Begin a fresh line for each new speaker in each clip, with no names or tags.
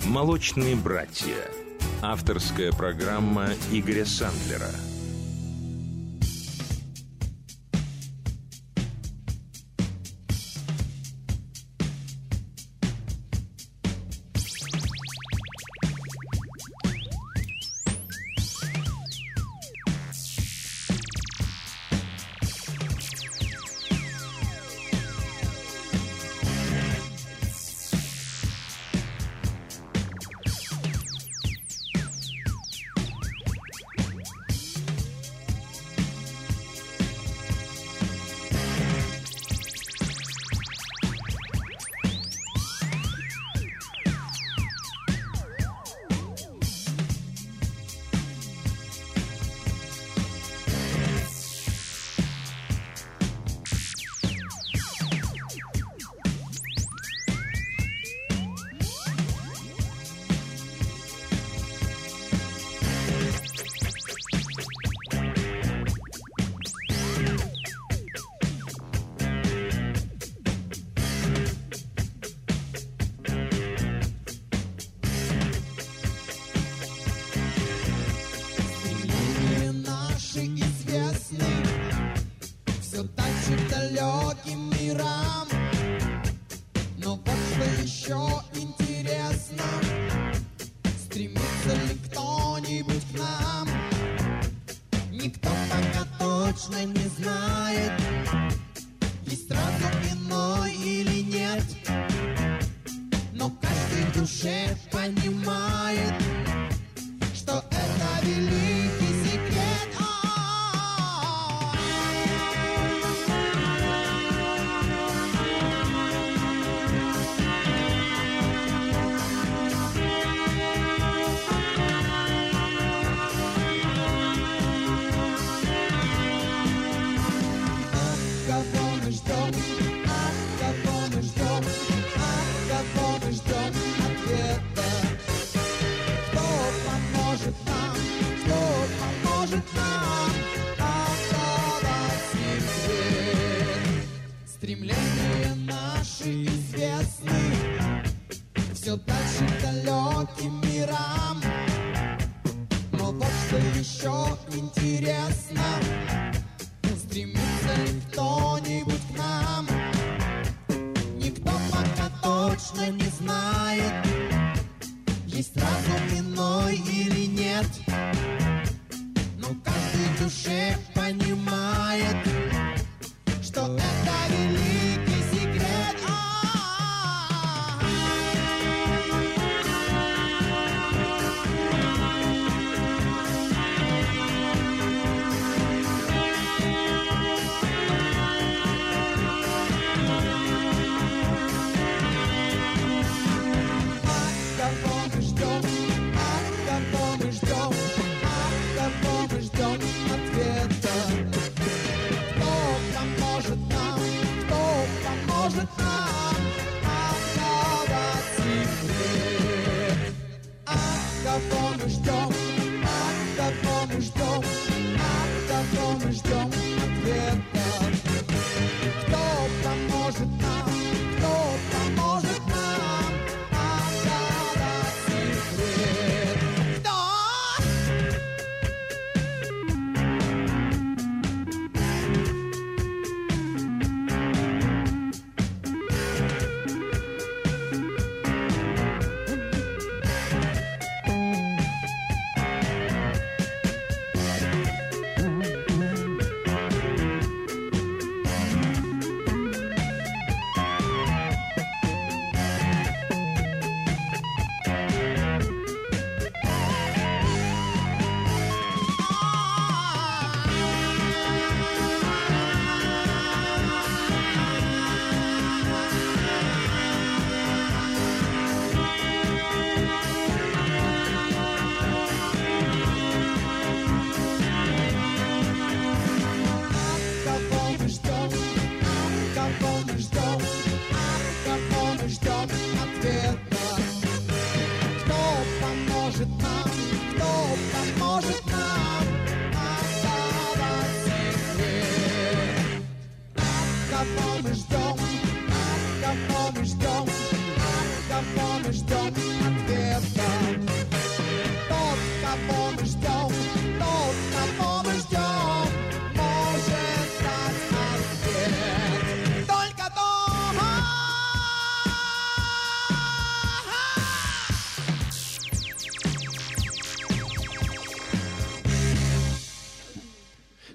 «Молочные братья». Авторская программа Игоря Сандлера.
Кого мы ждем?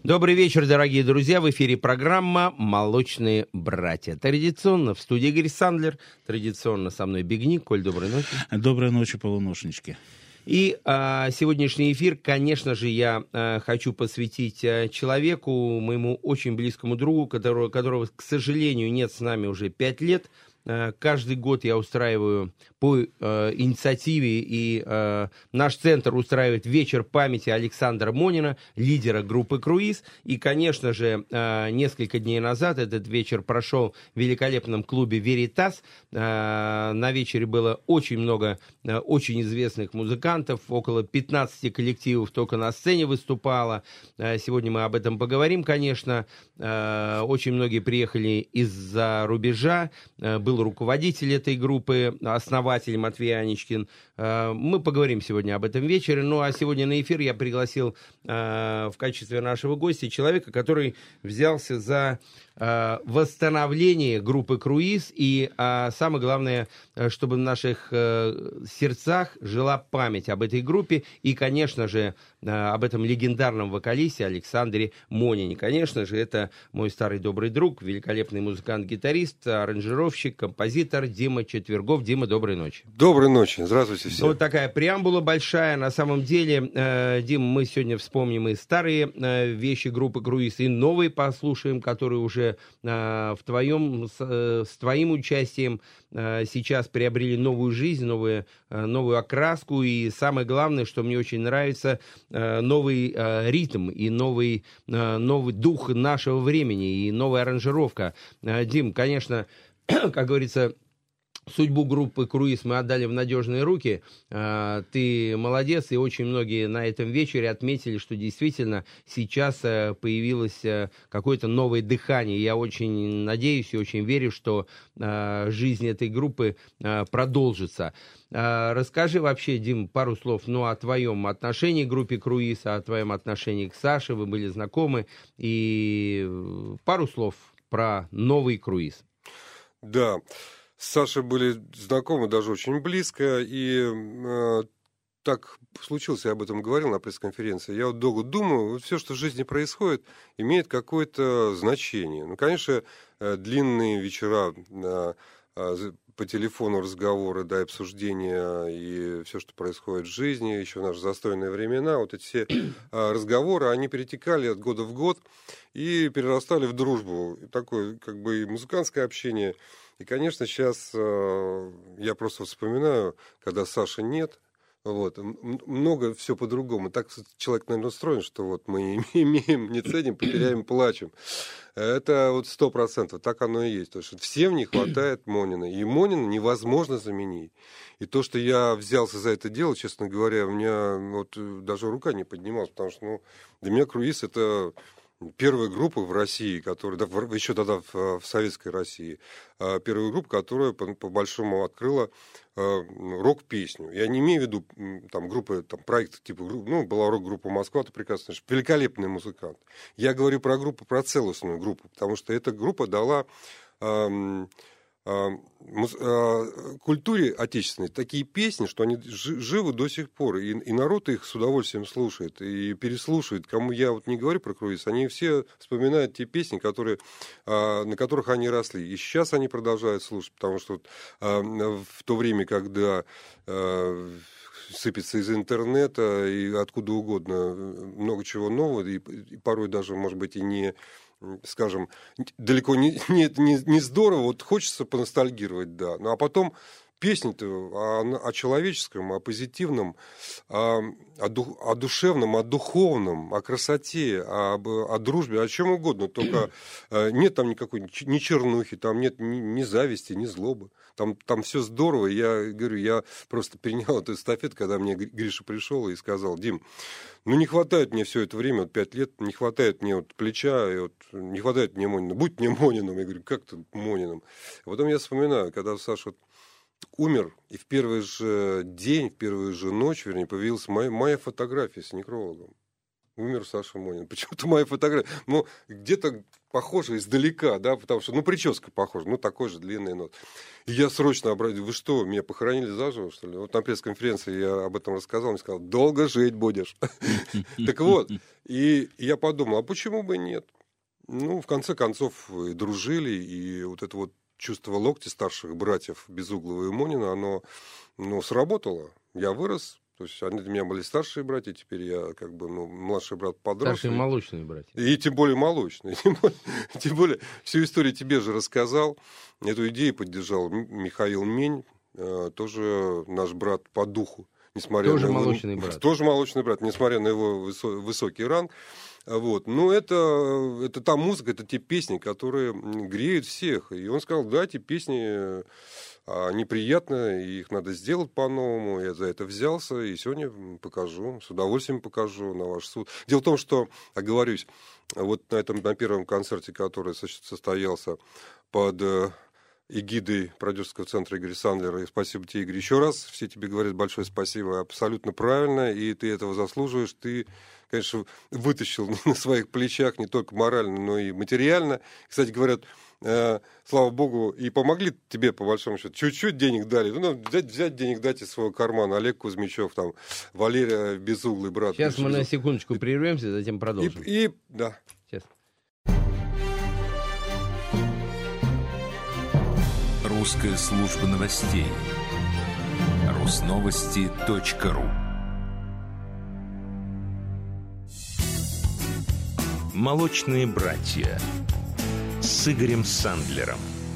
Добрый вечер, дорогие друзья. В эфире программа «Молочные братья». Традиционно в студии Игорь Сандлер. Традиционно со мной Бигник. Коль, доброй ночи.
Доброй ночи, полуношнички.
И сегодняшний эфир, конечно же, я хочу посвятить человеку, моему очень близкому другу, которого, к сожалению, нет с нами уже 5 лет. Каждый год я устраиваю по инициативе, и наш центр устраивает вечер памяти Александра Монина, лидера группы «Круиз». И, конечно же, несколько дней назад этот вечер прошел в великолепном клубе «Веритас». На вечере было очень много очень известных музыкантов, около 15 коллективов только на сцене выступало. Сегодня мы об этом поговорим, конечно. Очень многие приехали из-за рубежа. Был руководитель этой группы, основатель Матвей Аничкин. Мы поговорим сегодня об этом вечере. Ну, а сегодня на эфир я пригласил в качестве нашего гостя человека, который взялся за восстановление группы «Круиз». И самое главное, чтобы в наших сердцах жила память об этой группе и, конечно же, об этом легендарном вокалисте Александре Монине. Конечно же, это мой старый добрый друг, великолепный музыкант-гитарист, аранжировщик, композитор Дима Четвергов. Дима, доброй ночи.
Доброй ночи. Здравствуйте все.
Вот такая преамбула большая. На самом деле, Дим, мы сегодня вспомним и старые вещи группы «Круиз», и новые послушаем, которые уже с твоим участием сейчас приобрели новую жизнь, новую окраску. И самое главное, что мне очень нравится, новый ритм и новый дух нашего времени и новая аранжировка. Дим, конечно, как говорится, судьбу группы «Круиз» мы отдали в надежные руки. Ты молодец, и очень многие на этом вечере отметили, что действительно сейчас появилось какое-то новое дыхание. Я очень надеюсь и очень верю, что жизнь этой группы продолжится. Расскажи вообще, Дим, пару слов о твоем отношении к группе «Круиз», о твоем отношении к Саше. Вы были знакомы. И пару слов про новый «Круиз».
Да. С Сашей были знакомы даже очень близко, и так случилось, я об этом говорил на пресс-конференции. Я вот долго думаю, все, что в жизни происходит, имеет какое-то значение. Ну, конечно, длинные вечера по телефону, разговоры, да, обсуждения и все, что происходит в жизни, еще наши застойные времена, вот эти все разговоры, они перетекали от года в год и перерастали в дружбу. Такое, как бы, и музыкантское общение. И, конечно, сейчас я просто вспоминаю, когда Саши нет, вот, много все по-другому. Так человек, наверное, устроен, что вот мы имеем, не ценим, потеряем, плачем. Это вот 100%, так оно и есть. То, что всем не хватает Монина. И Монина невозможно заменить. И то, что я взялся за это дело, честно говоря, у меня вот даже рука не поднималась, потому что для меня «Круиз» — это первая группа в России, которая, еще тогда в советской России, первая группа, которая по-большому открыла рок-песню. Я не имею в виду там группы, там проекты типа, была рок-группа «Москва», ты прекрасно знаешь, великолепный музыкант. Я говорю про группу, про целостную группу, потому что эта группа дала культуре отечественной такие песни, что они живы до сих пор, и народ их с удовольствием слушает и переслушивает. Кому я вот не говорю про «Круиз», они все вспоминают те песни, на которых они росли. И сейчас они продолжают слушать, потому что в то время, когда сыпется из интернета и откуда угодно много чего нового, и порой даже, может быть, и не, скажем, далеко не здорово, вот хочется поностальгировать, да. Ну, а потом песни-то о человеческом, о позитивном, о душевном, о духовном, о красоте, о дружбе, о чем угодно. Только нет там никакой ни чернухи, там нет ни зависти, ни злобы. Там все здорово. Я говорю, я просто принял эту эстафету, когда мне Гриша пришел и сказал: Дим, не хватает мне все это время, 5 лет, не хватает мне плеча, и не хватает мне Монина. Будь мне Мониным. Я говорю, как ты Мониным? А потом я вспоминаю, когда Саша умер, и в первый же день, в первую же ночь, вернее, появилась моя фотография с некрологом. умер Саша Монин. Почему-то моя фотография, ну, где-то похожа издалека, да, потому что, ну, прическа похожа, ну, такой же длинный нос. И я срочно обратился, вы что, меня похоронили заживо, что ли? Вот на пресс-конференции я об этом рассказал, он сказал, долго жить будешь. Так вот, и я подумал, а почему бы нет? Ну, в конце концов, и дружили, и вот это вот чувство локти старших братьев Безуглова и Монина, оно, ну, сработало. Я вырос, то есть они для меня были старшие братья, теперь я как бы, ну, младший брат подрос.
Старшие молочные братья.
И тем более молочные. Тем более всю историю тебе же рассказал. Эту идею поддержал Михаил Мень, тоже наш брат по духу.
Тоже молочный брат.
Тоже молочный брат, несмотря на его высокий ранг. Вот. Но это та музыка, это те песни, которые греют всех. И он сказал, да, эти песни, они приятные, и их надо сделать по-новому. Я за это взялся, и сегодня покажу, с удовольствием покажу на ваш суд. Дело в том, что, оговорюсь, вот на первом концерте, который состоялся под эгидой продюсерского центра Игоря Сандлера, и спасибо тебе, Игорь, еще раз. Все тебе говорят большое спасибо, абсолютно правильно, и ты этого заслуживаешь. Ты, конечно, вытащил на своих плечах не только морально, но и материально. Кстати, говорят, слава богу, и помогли тебе, по большому счету. Чуть-чуть денег дали. Ну, взять денег, дать из своего кармана. Олег Кузьмичев, там, Валерия Безуглый, брат.
Сейчас мы на секундочку прервемся, затем продолжим.
Да.
Сейчас.
Русская служба новостей. Русновости.ру. Молочные братья с Игорем Сандлером.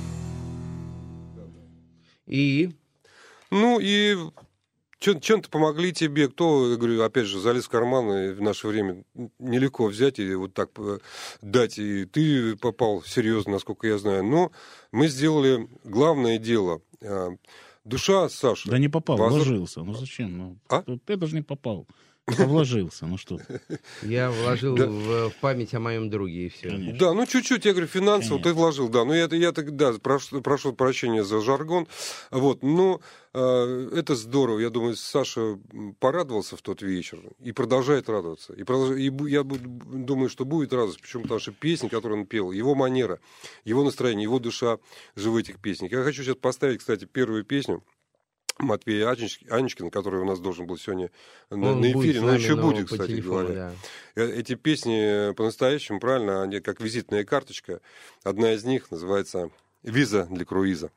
И?
Ну и чем-то помогли тебе. Кто, я говорю, опять же, залез в карман, и в наше время нелегко взять и вот так дать. И ты попал серьезно, насколько я знаю. Но мы сделали главное дело. Душа Саши.
Да не попал, вложился. Ну зачем? Ты даже не попал. Вложился, ну что ты.
Я вложил в память о моем друге, и все.
Конечно.
Да, ну чуть-чуть, я говорю, финансово ты вложил, да. Ну я прошу прощения за жаргон. Вот, но это здорово. Я думаю, Саша порадовался в тот вечер и продолжает радоваться. И я думаю, что будет радоваться. Почему? Потому что песни, которые он пел, его манера, его настроение, его душа живы в этих песнях. Я хочу сейчас поставить, кстати, первую песню Матвея Анечкина, который у нас должен был сегодня на эфире, но еще будет, кстати говоря. Да. Эти песни по-настоящему, правильно, они как визитная карточка. Одна из них называется «Виза для круиза».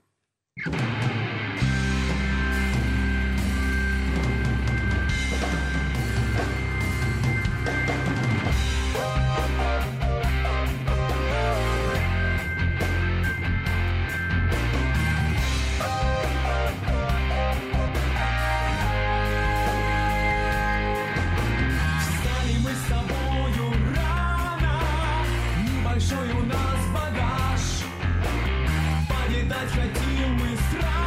Большой у нас багаж, полетать хотим мы страх.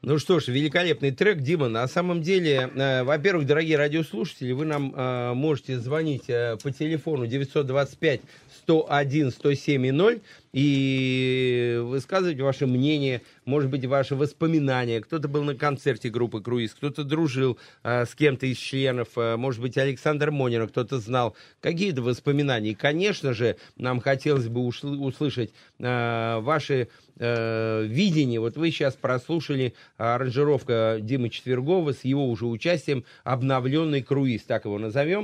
Ну что ж, великолепный трек, Дима. На самом деле, во-первых, дорогие радиослушатели, вы нам можете звонить по телефону 925-101-107-0 и высказывать ваше мнение, может быть, ваши воспоминания. Кто-то был на концерте группы «Круиз», кто-то дружил с кем-то из членов, может быть, Александр Монина, кто-то знал какие-то воспоминания. И, конечно же, нам хотелось бы услышать ваши видение. Вот вы сейчас прослушали аранжировка Димы Четвергова с его уже участием «Обновленный круиз», так его назовем.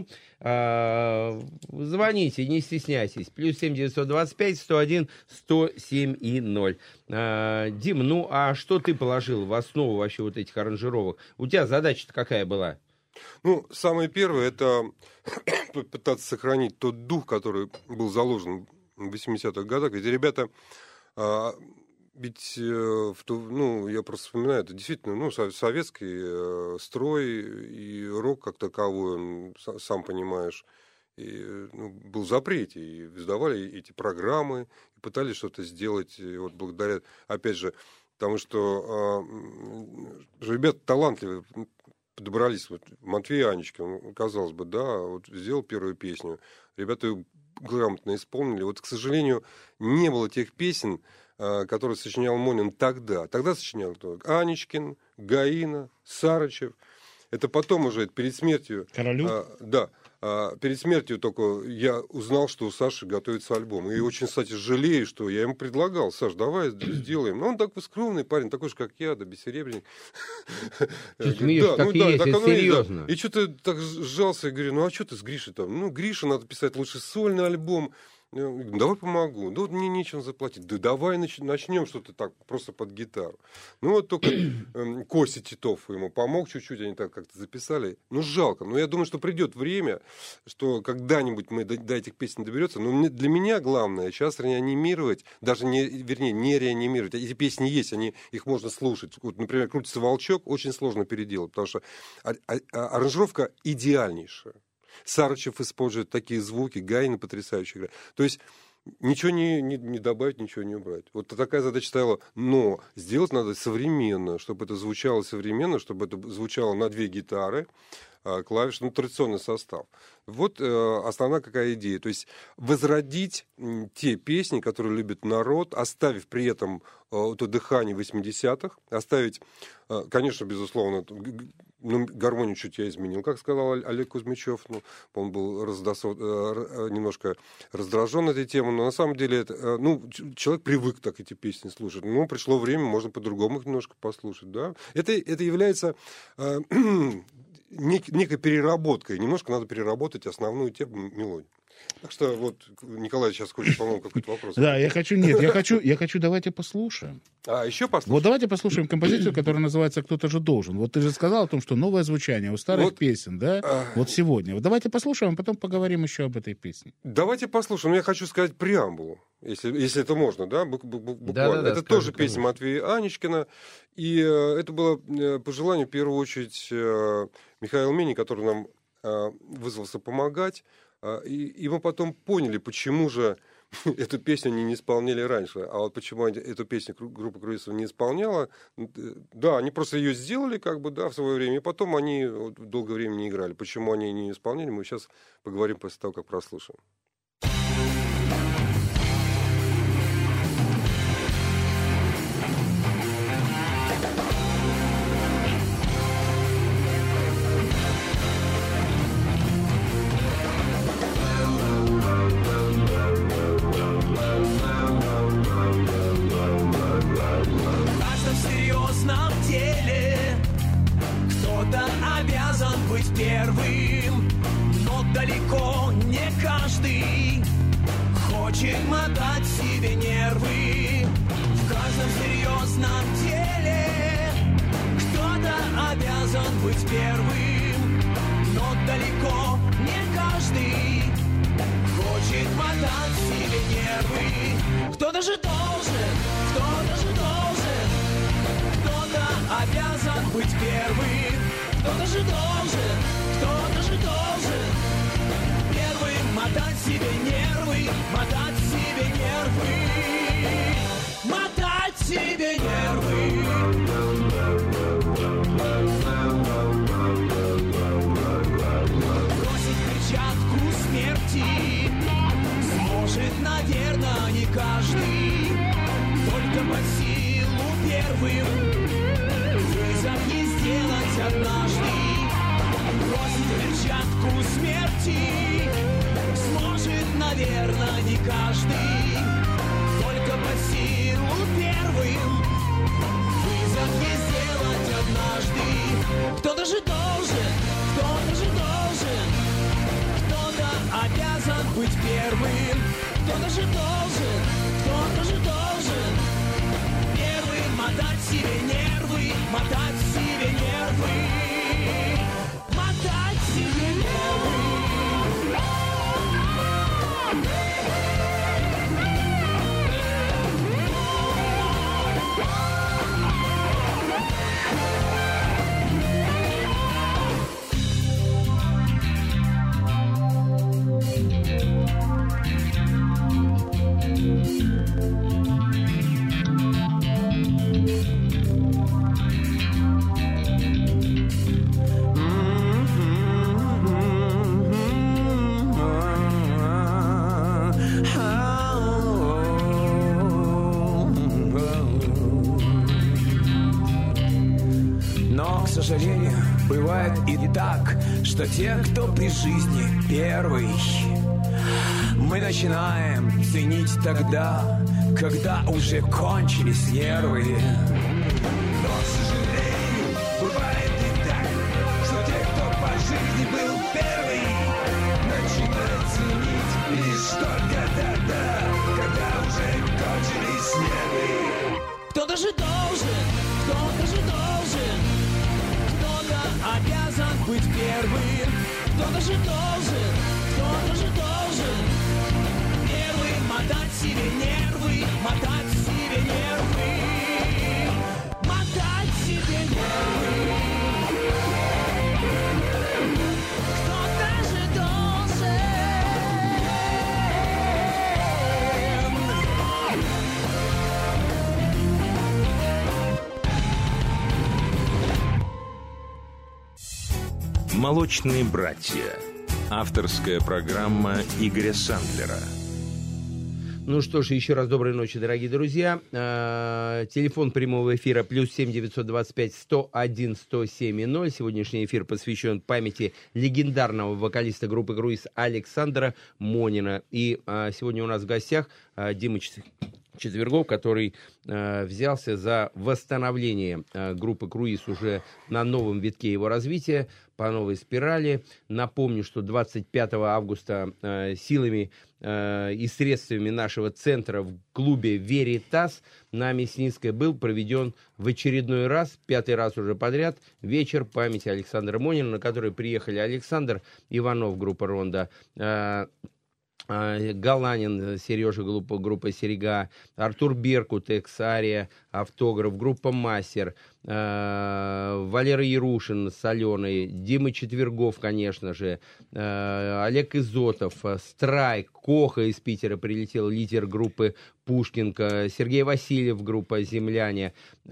Звоните, не стесняйтесь. +7 925 101 107 и 0. Дим, ну а что ты положил в основу вообще вот этих аранжировок? У тебя задача-то какая была?
Ну, самое первое, это пытаться сохранить тот дух, который был заложен в 80-х годах. Ведь ребята... Ведь, ну, я просто вспоминаю, это действительно, ну, советский строй и рок как таковой, он, сам понимаешь, и, ну, был в запрете, и издавали эти программы, и пытались что-то сделать, и вот благодаря, опять же, потому что ребята талантливые, подобрались, вот Матвей Анечкин, казалось бы, да, вот сделал первую песню, ребята ее грамотно исполнили, вот, к сожалению, не было тех песен, который сочинял Монин тогда. Тогда сочинял Анечкин, Гаина, Сарычев. Это потом уже, перед смертью...
Королю?
Да. Перед смертью только я узнал, что у Саши готовится альбом. И очень, кстати, жалею, что я ему предлагал: Саш, давай сделаем. Но он такой скромный парень, такой же, как я, да, бессеребренник.
Ты смеешь, так и есть, это серьезно.
И что-то так сжался, и говорю, ну а что ты с Гришей там? Ну, Гриша, надо писать лучше сольный альбом. Давай помогу. Да вот мне нечем заплатить. Да давай начнем что-то так, просто под гитару. Ну вот только Костя Титов ему помог чуть-чуть, они так как-то записали. Ну жалко. Но я думаю, что придет время, что когда-нибудь мы до этих песен доберется. Но для меня главное сейчас реанимировать, даже не реанимировать. Эти песни есть, их можно слушать. Вот, например, «Крутится волчок» очень сложно переделать, потому что аранжировка идеальнейшая. Сарычев использует такие звуки, Гаина потрясающе играет. То есть ничего не добавить, ничего не убрать. Вот такая задача стояла. Но сделать надо современно, чтобы это звучало современно, чтобы это звучало на 2 гитары, клавиш, ну, традиционный состав. Вот основная какая идея. То есть возродить те песни, которые любит народ, оставив при этом то дыхание 80-х, оставить, конечно, безусловно, гармонию чуть я изменил, как сказал Олег Кузьмичев. Ну, он был немножко раздражен этой темой, но на самом деле это, ну, человек привык так эти песни слушать. Ну, пришло время, можно по-другому их немножко послушать. Да? Это является некой переработкой. Немножко надо переработать основную тему, мелодию. Так что вот Николай сейчас хочет, по-моему, какой-то вопрос.
Да, я хочу, давайте послушаем.
Еще послушаем?
Вот давайте послушаем композицию, которая называется «Кто-то же должен». Вот ты же сказал о том, что новое звучание у старых песен, да, вот сегодня. Вот давайте послушаем, а потом поговорим еще об этой песне.
Давайте послушаем. Я хочу сказать преамбулу, если это можно, да, буквально.
Да,
это тоже песня Матвея Анечкина. И это было по желанию, в первую очередь, Михаила Мени, который нам вызвался помогать. И мы потом поняли, почему же эту песню они не исполняли раньше. А вот почему эту песню группа «Круиз» не исполняла. Да, они просто ее сделали как бы, да, в свое время. И потом они долгое время не играли. Почему они не исполняли, мы сейчас поговорим после того, как прослушаем.
Первым, но далеко не каждый хочет мотать себе нервы. В каждом серьезном деле кто-то обязан быть первым, но далеко не каждый хочет мотать себе нервы. Кто-то же должен, кто-то обязан быть первым, кто-то же должен первым мотать себе нервы, мотать себе нервы, мотать себе нервы. однажды бросить перчатку смерти сможет, наверное, не каждый. Только под силу первым вызов не сделать однажды. Кто-то же должен, кто-то обязан быть первым. Кто-то же должен первым мотать себе нервы, мотать себе нервы, мотать себе нервы.
Но, к сожалению, бывает и так, что те, кто при жизни первый, мы начинаем ценить тогда, когда уже кончились нервы. Но, к сожалению, бывает и так, что те, кто по жизни был первый, начинают ценить лишь только тогда, когда уже кончились нервы.
Кто-то же должен, кто-то обязан быть первым. Кто-то же должен первым мотать себе нервы, мотать себе нервы, мотать себе нервы. Кто-то же должен.
«Молочные братья». Авторская программа Игоря Сандлера.
Ну что ж, еще раз доброй ночи, дорогие друзья. Телефон прямого эфира +7 925 101 107 0. Сегодняшний эфир посвящен памяти легендарного вокалиста группы «Круиз» Александра Монина. И сегодня у нас в гостях Дима Четвергов, который взялся за восстановление группы «Круиз» уже на новом витке его развития, по новой спирали. Напомню, что 25 августа силами и средствами нашего центра в клубе «Веритас» на Мясницкой был проведен в очередной раз, 5-й раз уже подряд, вечер памяти Александра Монина, на который приехали Александр Иванов, группа «Ронда», Галанин, Сережа, группа «Серега», Артур Беркут, «Эксария», «Автограф», группа «Мастер», Валера Ярушин с Аленой, Дима Четвергов, конечно же, Олег Изотов, Страйк, Коха из Питера прилетел, лидер группы «Пушкинка», Сергей Васильев, группа «Земляне»,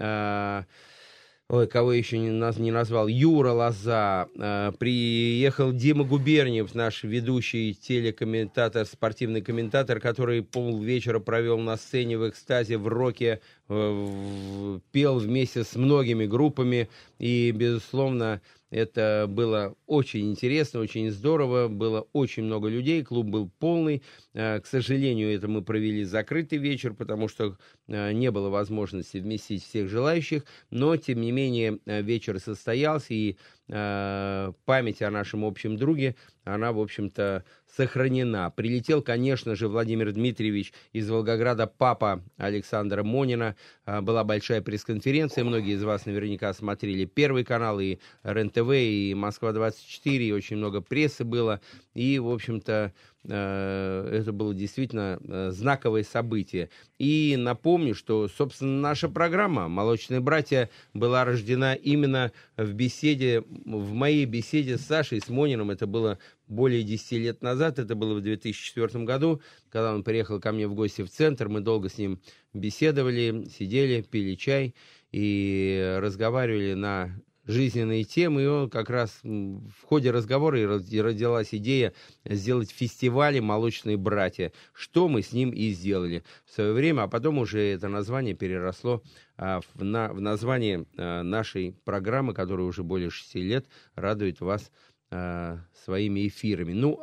ой, кого еще не назвал, Юра Лоза, приехал Дима Губерниев, наш ведущий телекомментатор, спортивный комментатор, который полвечера провел на сцене в экстазе, в роке, пел вместе с многими группами, и, безусловно, это было очень интересно, очень здорово, было очень много людей, клуб был полный. К сожалению, это мы провели закрытый вечер, потому что не было возможности вместить всех желающих, но, тем не менее, вечер состоялся, и память о нашем общем друге, она, в общем-то, сохранена. Прилетел, конечно же, Владимир Дмитриевич из Волгограда, папа Александра Монина. Была большая пресс-конференция, многие из вас наверняка смотрели Первый канал, и РЕН-ТВ, и Москва-24, и очень много прессы было, и, в общем-то, это было действительно знаковое событие. И напомню, что, собственно, наша программа «Молочные братья» была рождена именно в моей беседе с Сашей, с Мониным. Это было более 10 лет назад, это было в 2004 году, когда он приехал ко мне в гости в центр. Мы долго с ним беседовали, сидели, пили чай и разговаривали на жизненные темы, и он как раз в ходе разговора и родилась идея сделать фестиваль «Молочные братья», что мы с ним и сделали в свое время, а потом уже это название переросло в название нашей программы, которая уже более 6 лет радует вас своими эфирами. Ну,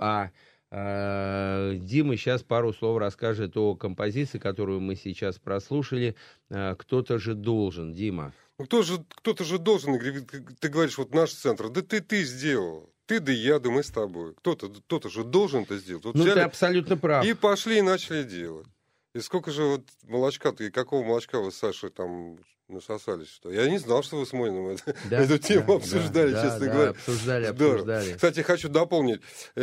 Дима сейчас пару слов расскажет о композиции, которую мы сейчас прослушали. «Кто-то же должен». Дима.
Ну, кто-то же должен, ты говоришь, вот наш центр, да ты сделал. Ты, да я, да мы с тобой. Кто-то же должен это сделать. Вот
ну, ты абсолютно прав.
И пошли и начали делать. И сколько же вот молочка-то, и какого молочка вы с Сашей там насосались? Что? Я не знал, что вы с Моиным эту тему обсуждали, честно говоря.
Обсуждали.
Кстати, хочу дополнить.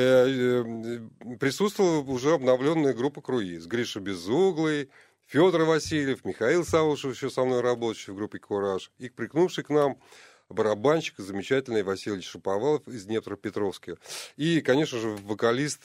Присутствовала уже обновленная группа «Круиз». Гриша Безуглый, Федор Васильев, Михаил Саушев, еще со мной работающий в группе «Кураж», и прикнувший к нам барабанщик замечательный Василий Шаповалов из Днепропетровска. И, конечно же, вокалист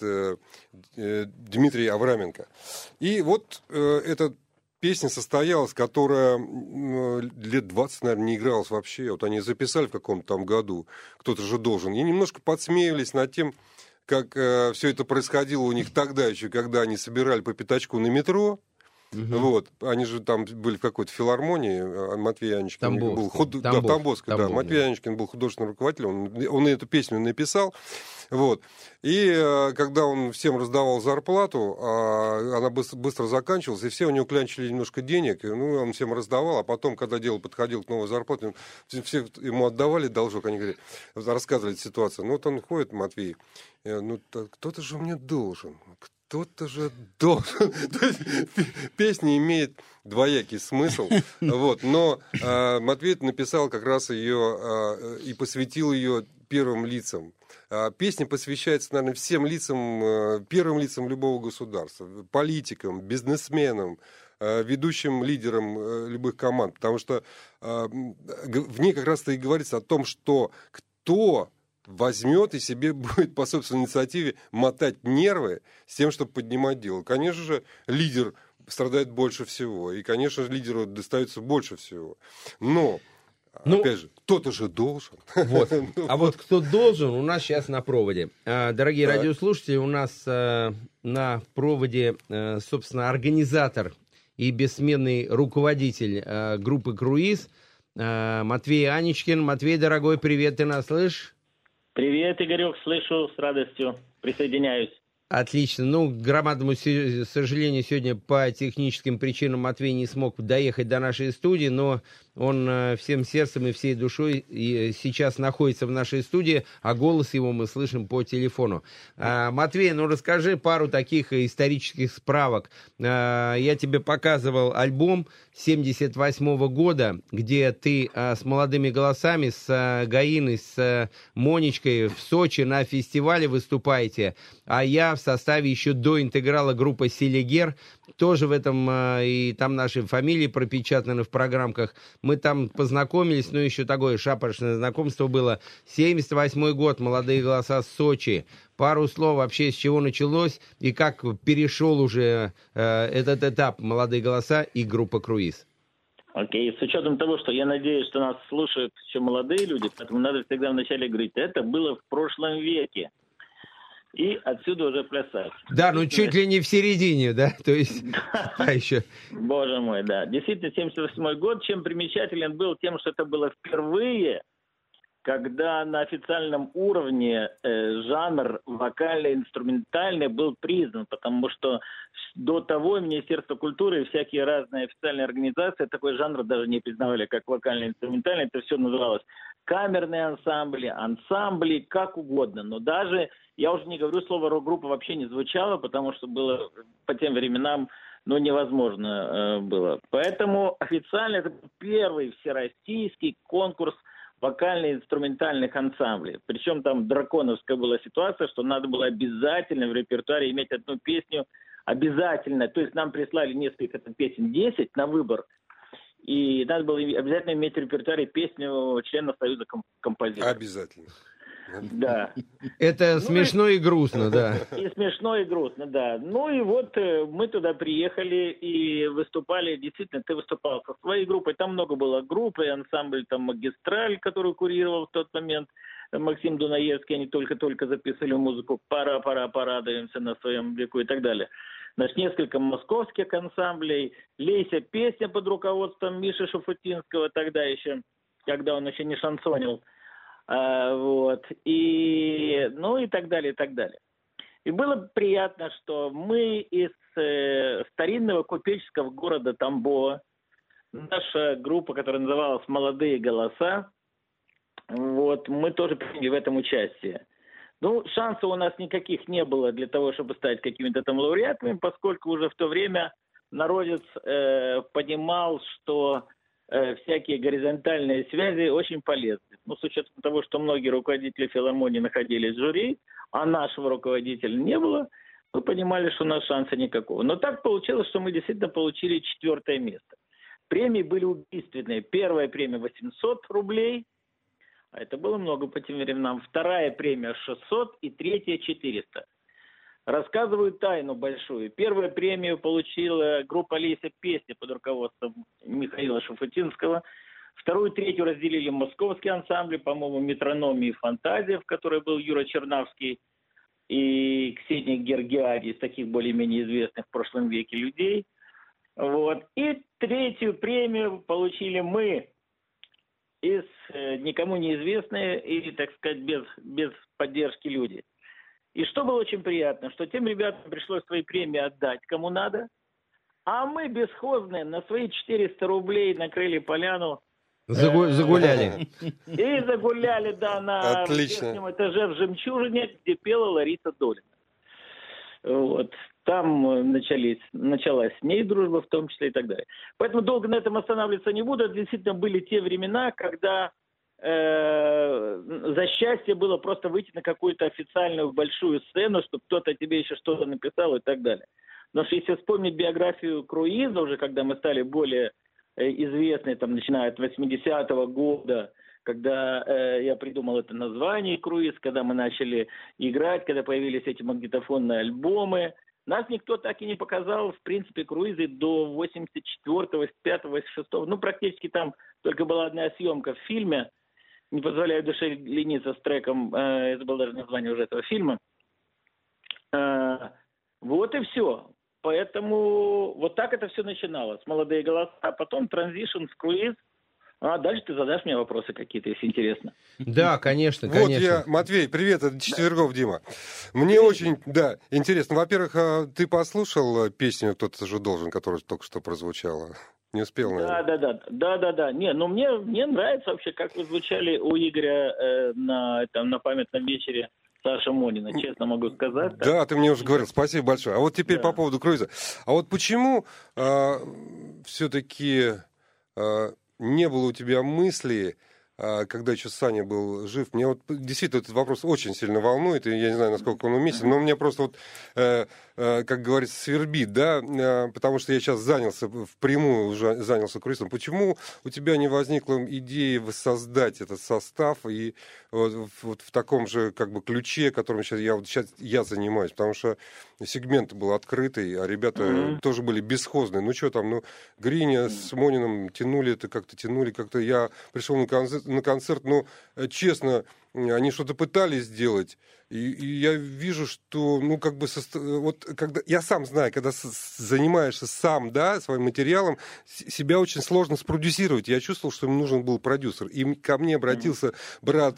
Дмитрий Авраменко. И вот эта песня состоялась, которая лет 20, наверное, не игралась вообще. Вот они записали в каком-то там году «Кто-то же должен». И немножко подсмеивались над тем, как все это происходило у них тогда еще, когда они собирали по пятачку на метро. Вот. Они же там были в какой-то филармонии, Матвей Анечкин был Тамбовской, да. Матвей Анечкин был художественным руководителем, он эту песню написал. Вот. И когда он всем раздавал зарплату, она быстро заканчивалась, и все у него клянчили немножко денег, ну, он всем раздавал, а потом, когда дело подходило к новой зарплате, все ему отдавали должок, они говорили, рассказывали эту ситуацию. Ну, вот он ходит, Матвей, ну, кто-то же мне должен. Кто-то же должен. Песня имеет двоякий смысл. Вот. Но Матвей написал как раз ее и посвятил ее первым лицам. Песня посвящается, наверное, всем лицам, первым лицам любого государства. Политикам, бизнесменам, ведущим лидерам любых команд. Потому что в ней как раз-то и говорится о том, что кто возьмет и себе будет по собственной инициативе мотать нервы с тем, чтобы поднимать дело. Конечно же, лидер страдает больше всего. И, конечно же, лидеру достается больше всего. Но, опять же, кто-то же должен.
Вот. А вот кто должен, у нас сейчас на проводе. Дорогие радиослушатели, у нас на проводе, собственно, организатор и бессменный руководитель группы «Круиз» Матвей Анечкин. Матвей, дорогой, привет, ты нас слышишь?
Привет, Игорек, слышу, с радостью присоединяюсь.
Отлично. Ну, к громадному сожалению, сегодня по техническим причинам Матвей не смог доехать до нашей студии, но он всем сердцем и всей душой и сейчас находится в нашей студии, а голос его мы слышим по телефону. Матвей, ну расскажи пару таких исторических справок. Я тебе показывал альбом 78 года, где ты с молодыми голосами, с Гаиной, с Монечкой в Сочи на фестивале выступаете, а я в составе еще до интеграла группы «Селигер», тоже в этом, и там наши фамилии пропечатаны в программках. Мы там познакомились, ну, еще такое шапошное знакомство было. 78-й год, молодые голоса с Сочи. Пару слов вообще, с чего началось и как перешел уже этот этап молодые голоса и группа «Круиз».
Окей, с учетом того, что я надеюсь, что нас слушают еще молодые люди, поэтому надо всегда вначале говорить, это было в прошлом веке. И отсюда уже плясать.
Да, ну чуть ли не в середине, да? То есть, да, еще.
Боже мой, да. Действительно, 78-й год, чем примечателен был тем, что это было впервые, когда на официальном уровне жанр вокально-инструментальный был признан, потому что до того Министерство культуры и всякие разные официальные организации такой жанр даже не признавали, как вокально-инструментальный. Это все называлось камерные ансамбли, как угодно. Но даже, я уже не говорю, слово рок-группа вообще не звучало, потому что было по тем временам невозможно было. Поэтому официально это был первый всероссийский конкурс вокально-инструментальных ансамблей. Причем там драконовская была ситуация, что надо было обязательно в репертуаре иметь одну песню, обязательно. То есть нам прислали несколько песен, 10 на выбор. И надо было обязательно иметь в репертуаре песню членов Союза композиторов.
Обязательно.
Да.
Это смешно и грустно, да.
И смешно, и грустно, да. Ну и вот мы туда приехали и выступали. Действительно, ты выступал со своей группой. Там много было групп, и ансамбль там «Магистраль», который курировал в тот момент Максим Дунаевский. Они только-только записывали музыку «Пора, порадуемся на своем веку» и так далее. Значит, несколько московских ансамблей. «Лейся, песня» под руководством Миши Шафутинского тогда еще, когда он еще не шансонил. Вот. И, ну и так далее, и так далее. И было приятно, что мы из старинного купеческого города Тамбова, наша группа, которая называлась «Молодые голоса», вот, мы тоже приняли в этом участие. Ну, шансов у нас никаких не было для того, чтобы стать какими-то там лауреатами, поскольку уже в то время народец понимал, что всякие горизонтальные связи очень полезны. Ну, с учетом того, что многие руководители филармонии находились в жюри, а нашего руководителя не было, мы понимали, что у нас шанса никакого. Но так получилось, что мы действительно получили 4 место. Премии были убийственные. Первая премия 800 рублей, а это было много по тем временам. Вторая премия 600 и третья 400. Рассказываю тайну большую. Первую премию получила группа «Лейся, песня» под руководством Михаила Шафутинского. Вторую, третью разделили московские ансамбли, по-моему, «Метрономия» и «Фантазия», в которой был Юра Чернавский и Ксения Гергиади, из таких более-менее известных в прошлом веке людей. Вот. И третью премию получили мы, из никому неизвестные и, так сказать, без поддержки люди. И что было очень приятно, что тем ребятам пришлось свои премии отдать кому надо, а мы бесхозные на свои 400 рублей накрыли поляну.
Загуляли.
И загуляли, да, на верхнем этаже в «Жемчужине», где пела Лариса Долина. Вот. Там началась с ней дружба, в том числе и так далее. Поэтому долго на этом останавливаться не буду. Это действительно были те времена, когда за счастье было просто выйти на какую-то официальную большую сцену, чтобы кто-то тебе еще что-то написал и так далее. Но если вспомнить биографию круиза, уже когда мы стали более известны, там, начиная от 80-го года, когда я придумал это название «Круиз», когда мы начали играть, когда появились эти магнитофонные альбомы, нас никто так и не показал, в принципе, круизы до 84-го, 85-го, 86-го. Ну, практически там только была одна съемка в фильме, «Не позволяю душе лениться» с треком, это было даже название уже этого фильма. Вот и все. Поэтому вот так это все начиналось. «Молодые голоса», а потом транзишн в круиз. А дальше ты задашь мне вопросы какие-то, если интересно.
Да, конечно,
вот
конечно.
Я, Матвей, привет, это Четвергов Дима. Мне очень, да, интересно. Во-первых, ты послушал песню «Кто-то же должен», которая только что прозвучала? Не успел, наверное.
Да. Не, ну мне нравится вообще, как вы звучали у Игоря на памятном вечере Саша Монина, честно могу сказать.
Да, так. Ты мне уже говорил, спасибо большое. А вот теперь по поводу круиза. А вот почему все-таки не было у тебя мысли, когда еще Саня был жив? Мне вот действительно этот вопрос очень сильно волнует, и я не знаю, насколько он уместен, но мне просто вот, как говорится, свербит, да, потому что я сейчас впрямую уже занялся круизом. Почему у тебя не возникла идея воссоздать этот состав и вот в таком же как бы ключе, которым сейчас я занимаюсь? Потому что сегмент был открытый, а ребята тоже были бесхозные. Ну что там, Гриня с Мониным тянули. Как-то я пришел на концерт, но честно, они что-то пытались сделать, и я вижу, что, вот когда я сам знаю, когда занимаешься сам, да, своим материалом, себя очень сложно спродюсировать. Я чувствовал, что им нужен был продюсер. И ко мне обратился брат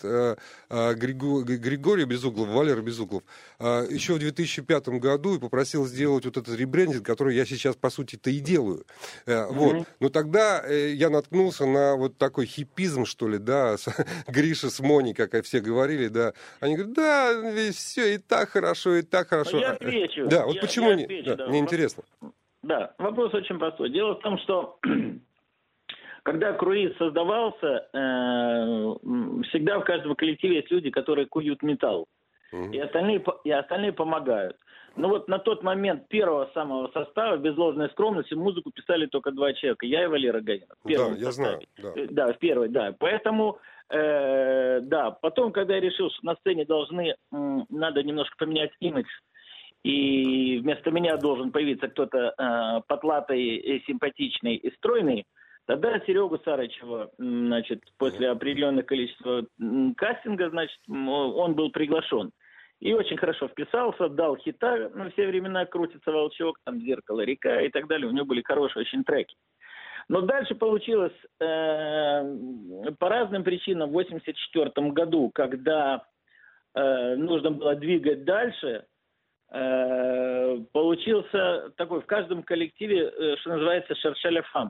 Григория Безуглова, Валера Безуглов, еще в 2005 году и попросил сделать вот этот ребрендинг, который я сейчас, по сути-то, и делаю. Вот. Но тогда я наткнулся на вот такой хиппизм, что ли, да, Гриша с Моней, как и все говорили, да. Они говорят, да, все и так хорошо, и так хорошо.
Я отвечу.
Да, вот почему не? Мне интересно.
Да, вопрос очень простой. Дело в том, что когда круиз создавался, всегда в каждом коллективе есть люди, которые куют металл. И остальные помогают. Ну вот на тот момент первого самого состава, без ложной скромности, музыку писали только 2 человека. Я и Валера Гаинов.
Да, я знаю. Да.
Да, в первой, да. Поэтому, да, потом, когда я решил, что на сцене надо немножко поменять имидж, и вместо меня должен появиться кто-то потлатый, симпатичный и стройный, тогда Серегу Сарычева, значит, после определенного количества кастинга, значит, он был приглашен. И очень хорошо вписался, дал хита, на все времена крутится волчок, там «Зеркало», «Река» и так далее. У него были хорошие очень треки. Но дальше получилось по разным причинам. В 1984 году, когда нужно было двигать дальше, получился такой в каждом коллективе, что называется, «шершеля фам».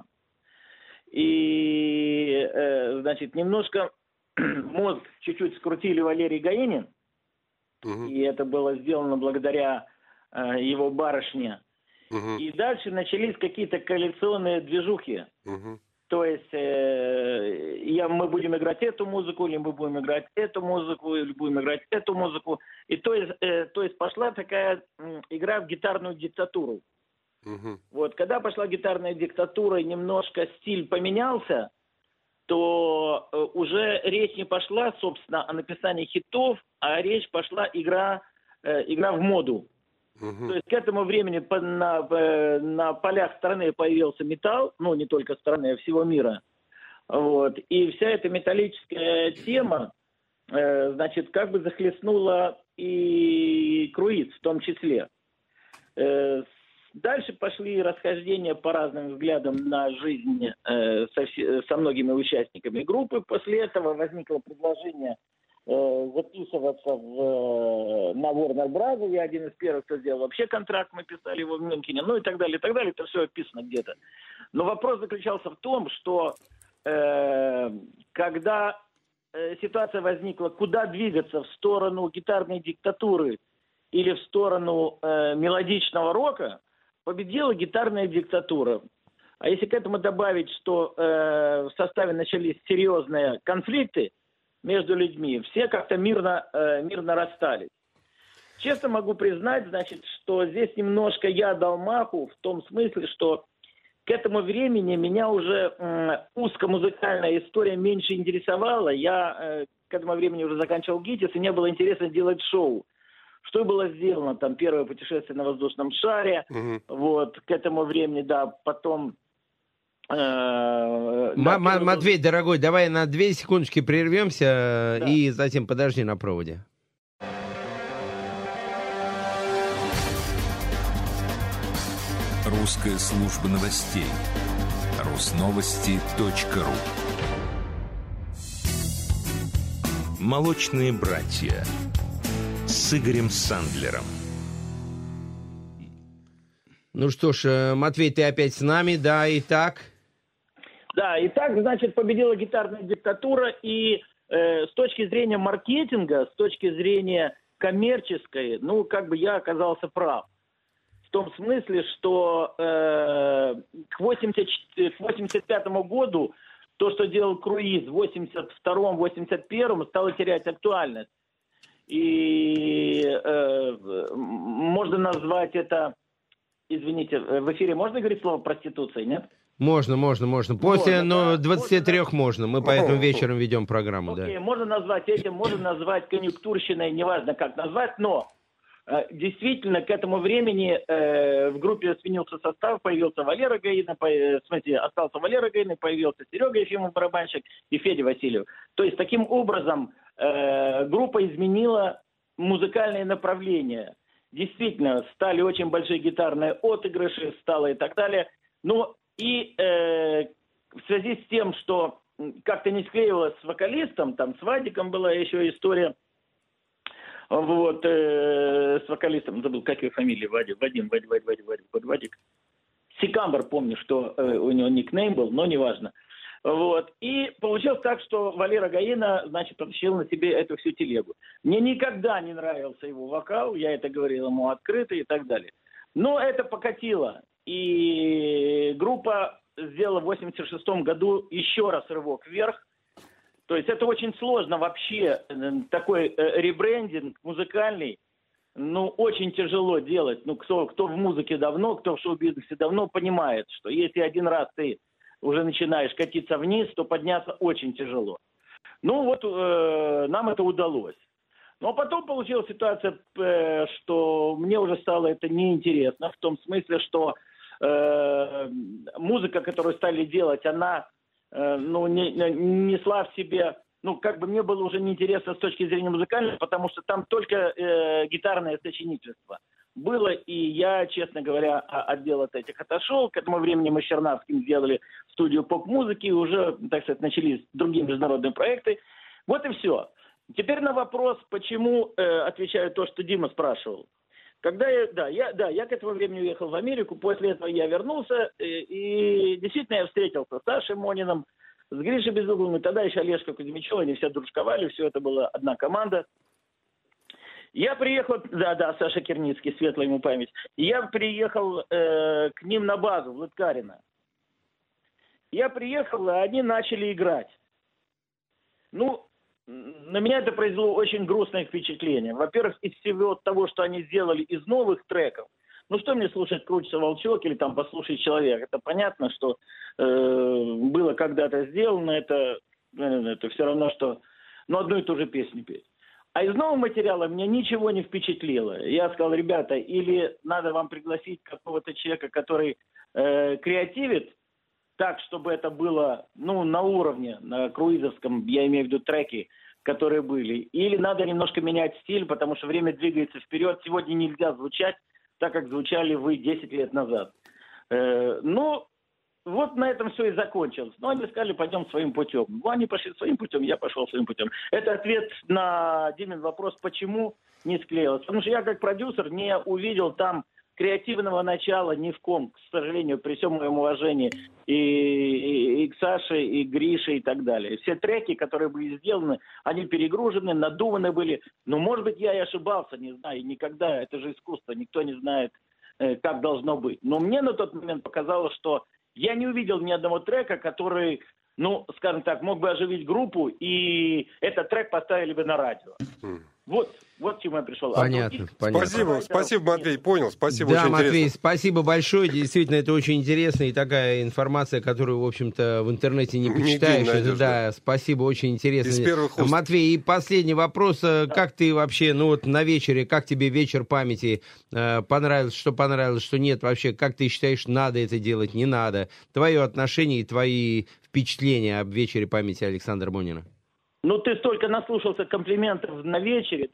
И, значит, немножко мозг чуть-чуть скрутили Валерий Гаинин. И это было сделано благодаря его барышне. И дальше начались какие-то коалиционные движухи. То есть мы будем играть эту музыку, или мы будем играть эту музыку, или будем играть эту музыку. И то есть пошла такая игра в гитарную диктатуру. Вот, когда пошла гитарная диктатура, и немножко стиль поменялся, то уже речь не пошла, собственно, о написании хитов, а речь пошла игра в моду. То есть к этому времени на полях страны появился металл, ну не только страны, а всего мира. Вот. И вся эта металлическая тема, значит, как бы захлестнула и круиз в том числе. Дальше пошли расхождения по разным взглядам на жизнь со многими участниками группы. После этого возникло предложение записываться на Warner Bros. Я один из первых, кто сделал вообще контракт, мы писали его в Мюнхене, ну и так далее, и так далее. Это все описано где-то. Но вопрос заключался в том, что когда ситуация возникла, куда двигаться, в сторону гитарной диктатуры или в сторону мелодичного рока, победила гитарная диктатура. А если к этому добавить, что в составе начались серьезные конфликты между людьми, все как-то мирно расстались. Честно могу признать, значит, что здесь немножко я дал маху в том смысле, что к этому времени меня уже узкомузыкальная история меньше интересовала. Я к этому времени уже заканчивал ГИТИС, и мне было интересно делать шоу. Что было сделано? Там первое путешествие на воздушном шаре. Вот, к этому времени, да, потом...
Матвей, дорогой, давай на 2 секундочки прервемся, да. И затем подожди на проводе.
Русская служба новостей. Русновости.ру. Молочные братья с Игорем Сандлером.
Ну что ж, Матвей, ты опять с нами, да, итак?
Да, итак, значит, победила гитарная диктатура, и с точки зрения маркетинга, с точки зрения коммерческой, ну, как бы я оказался прав. В том смысле, что к 85 году то, что делал круиз в 82-м, 81-м, стало терять актуальность. И можно назвать это, извините, в эфире можно говорить слово проституция, нет?
Можно. После 23 можно. Мы поэтому вечером ведем программу.
Окей,
да.
Можно назвать этим, можно назвать конъюнктурщиной, неважно как назвать, но действительно к этому времени в группе сменился состав, появился Валера Гаин, остался Валера Гаин, появился Серега Ефимов, барабанщик, и Федя Васильев. То есть таким образом группа изменила музыкальное направление. Действительно, стали очень большие гитарные отыгрыши, стало и так далее. Но и в связи с тем, что как-то не склеивалось с вокалистом, там с Вадиком была еще история, вот, с вокалистом, забыл, как его фамилия, Вадик. Сикамбр, помню, что у него никнейм был, но неважно. Вот. И получилось так, что Валера Гаина, значит, потащил на себе эту всю телегу. Мне никогда не нравился его вокал, я это говорил ему открыто и так далее. Но это покатило. И группа сделала в 86 году еще раз рывок вверх. То есть это очень сложно вообще, такой ребрендинг музыкальный, очень тяжело делать. Кто в музыке давно, кто в шоу-бизнесе давно, понимает, что если один раз ты уже начинаешь катиться вниз, то подняться очень тяжело. Нам это удалось. Но потом получилась ситуация, что мне уже стало это неинтересно, в том смысле, что музыка, которую стали делать, она не несла в себе... мне было уже неинтересно с точки зрения музыкальной, потому что там только гитарное сочинительство было, и я, честно говоря, от дел от этих отошел. К этому времени мы с Чернавским сделали студию поп-музыки, уже, так сказать, начались другие международные проекты. Вот и все. Теперь на вопрос, почему, отвечаю то, что Дима спрашивал. Когда я к этому времени уехал в Америку, после этого я вернулся, и действительно я встретился с Сашей Мониным, с Гришей Безугловым, и тогда еще Олежка Кузьмичева, они все дружковали, все это была одна команда. Я приехал, Саша Керницкий, светлая ему память, я приехал к ним на базу в Лыткарино. Я приехал, и они начали играть. На меня это произвело очень грустное впечатление. Во-первых, из всего того, что они сделали из новых треков, что мне слушать «Крутится волчок» или там «Послушай человек»? Это понятно, что было когда-то сделано, это все равно, что одну и ту же песню петь. А из нового материала меня ничего не впечатлило. Я сказал, ребята, или надо вам пригласить какого-то человека, который креативит, так, чтобы это было, на уровне, на круизовском, я имею в виду треки, которые были. Или надо немножко менять стиль, потому что время двигается вперед. Сегодня нельзя звучать так, как звучали вы 10 лет назад. Вот на этом все и закончилось. Они сказали, пойдем своим путем. Они пошли своим путем, я пошел своим путем. Это ответ на Димин вопрос, почему не склеилось. Потому что я как продюсер не увидел там креативного начала ни в ком, к сожалению, при всем моем уважении и к Саше, и к Грише и так далее. Все треки, которые были сделаны, они перегружены, надуманы были. Может быть, я и ошибался, не знаю, никогда. Это же искусство, никто не знает, как должно быть. Но мне на тот момент показалось, что я не увидел ни одного трека, который, скажем так, мог бы оживить группу, и этот трек поставили бы на радио. Вот к чему я пришел.
Понятно.
Спасибо, Матвей, понял. Спасибо,
да,
очень
Матвей,
интересно.
спасибо большое. Действительно, это очень интересно, и такая информация, которую, в общем-то, в интернете не почитаешь. Спасибо, очень интересно.
Из первых уст.
Матвей, и последний вопрос. Как ты вообще, на вечере, как тебе вечер памяти? Понравилось, что нет? Вообще, как ты считаешь, надо это делать, не надо? Твое отношение и твои впечатления об вечере памяти Александра Монина.
Ты столько наслушался комплиментов на вечере.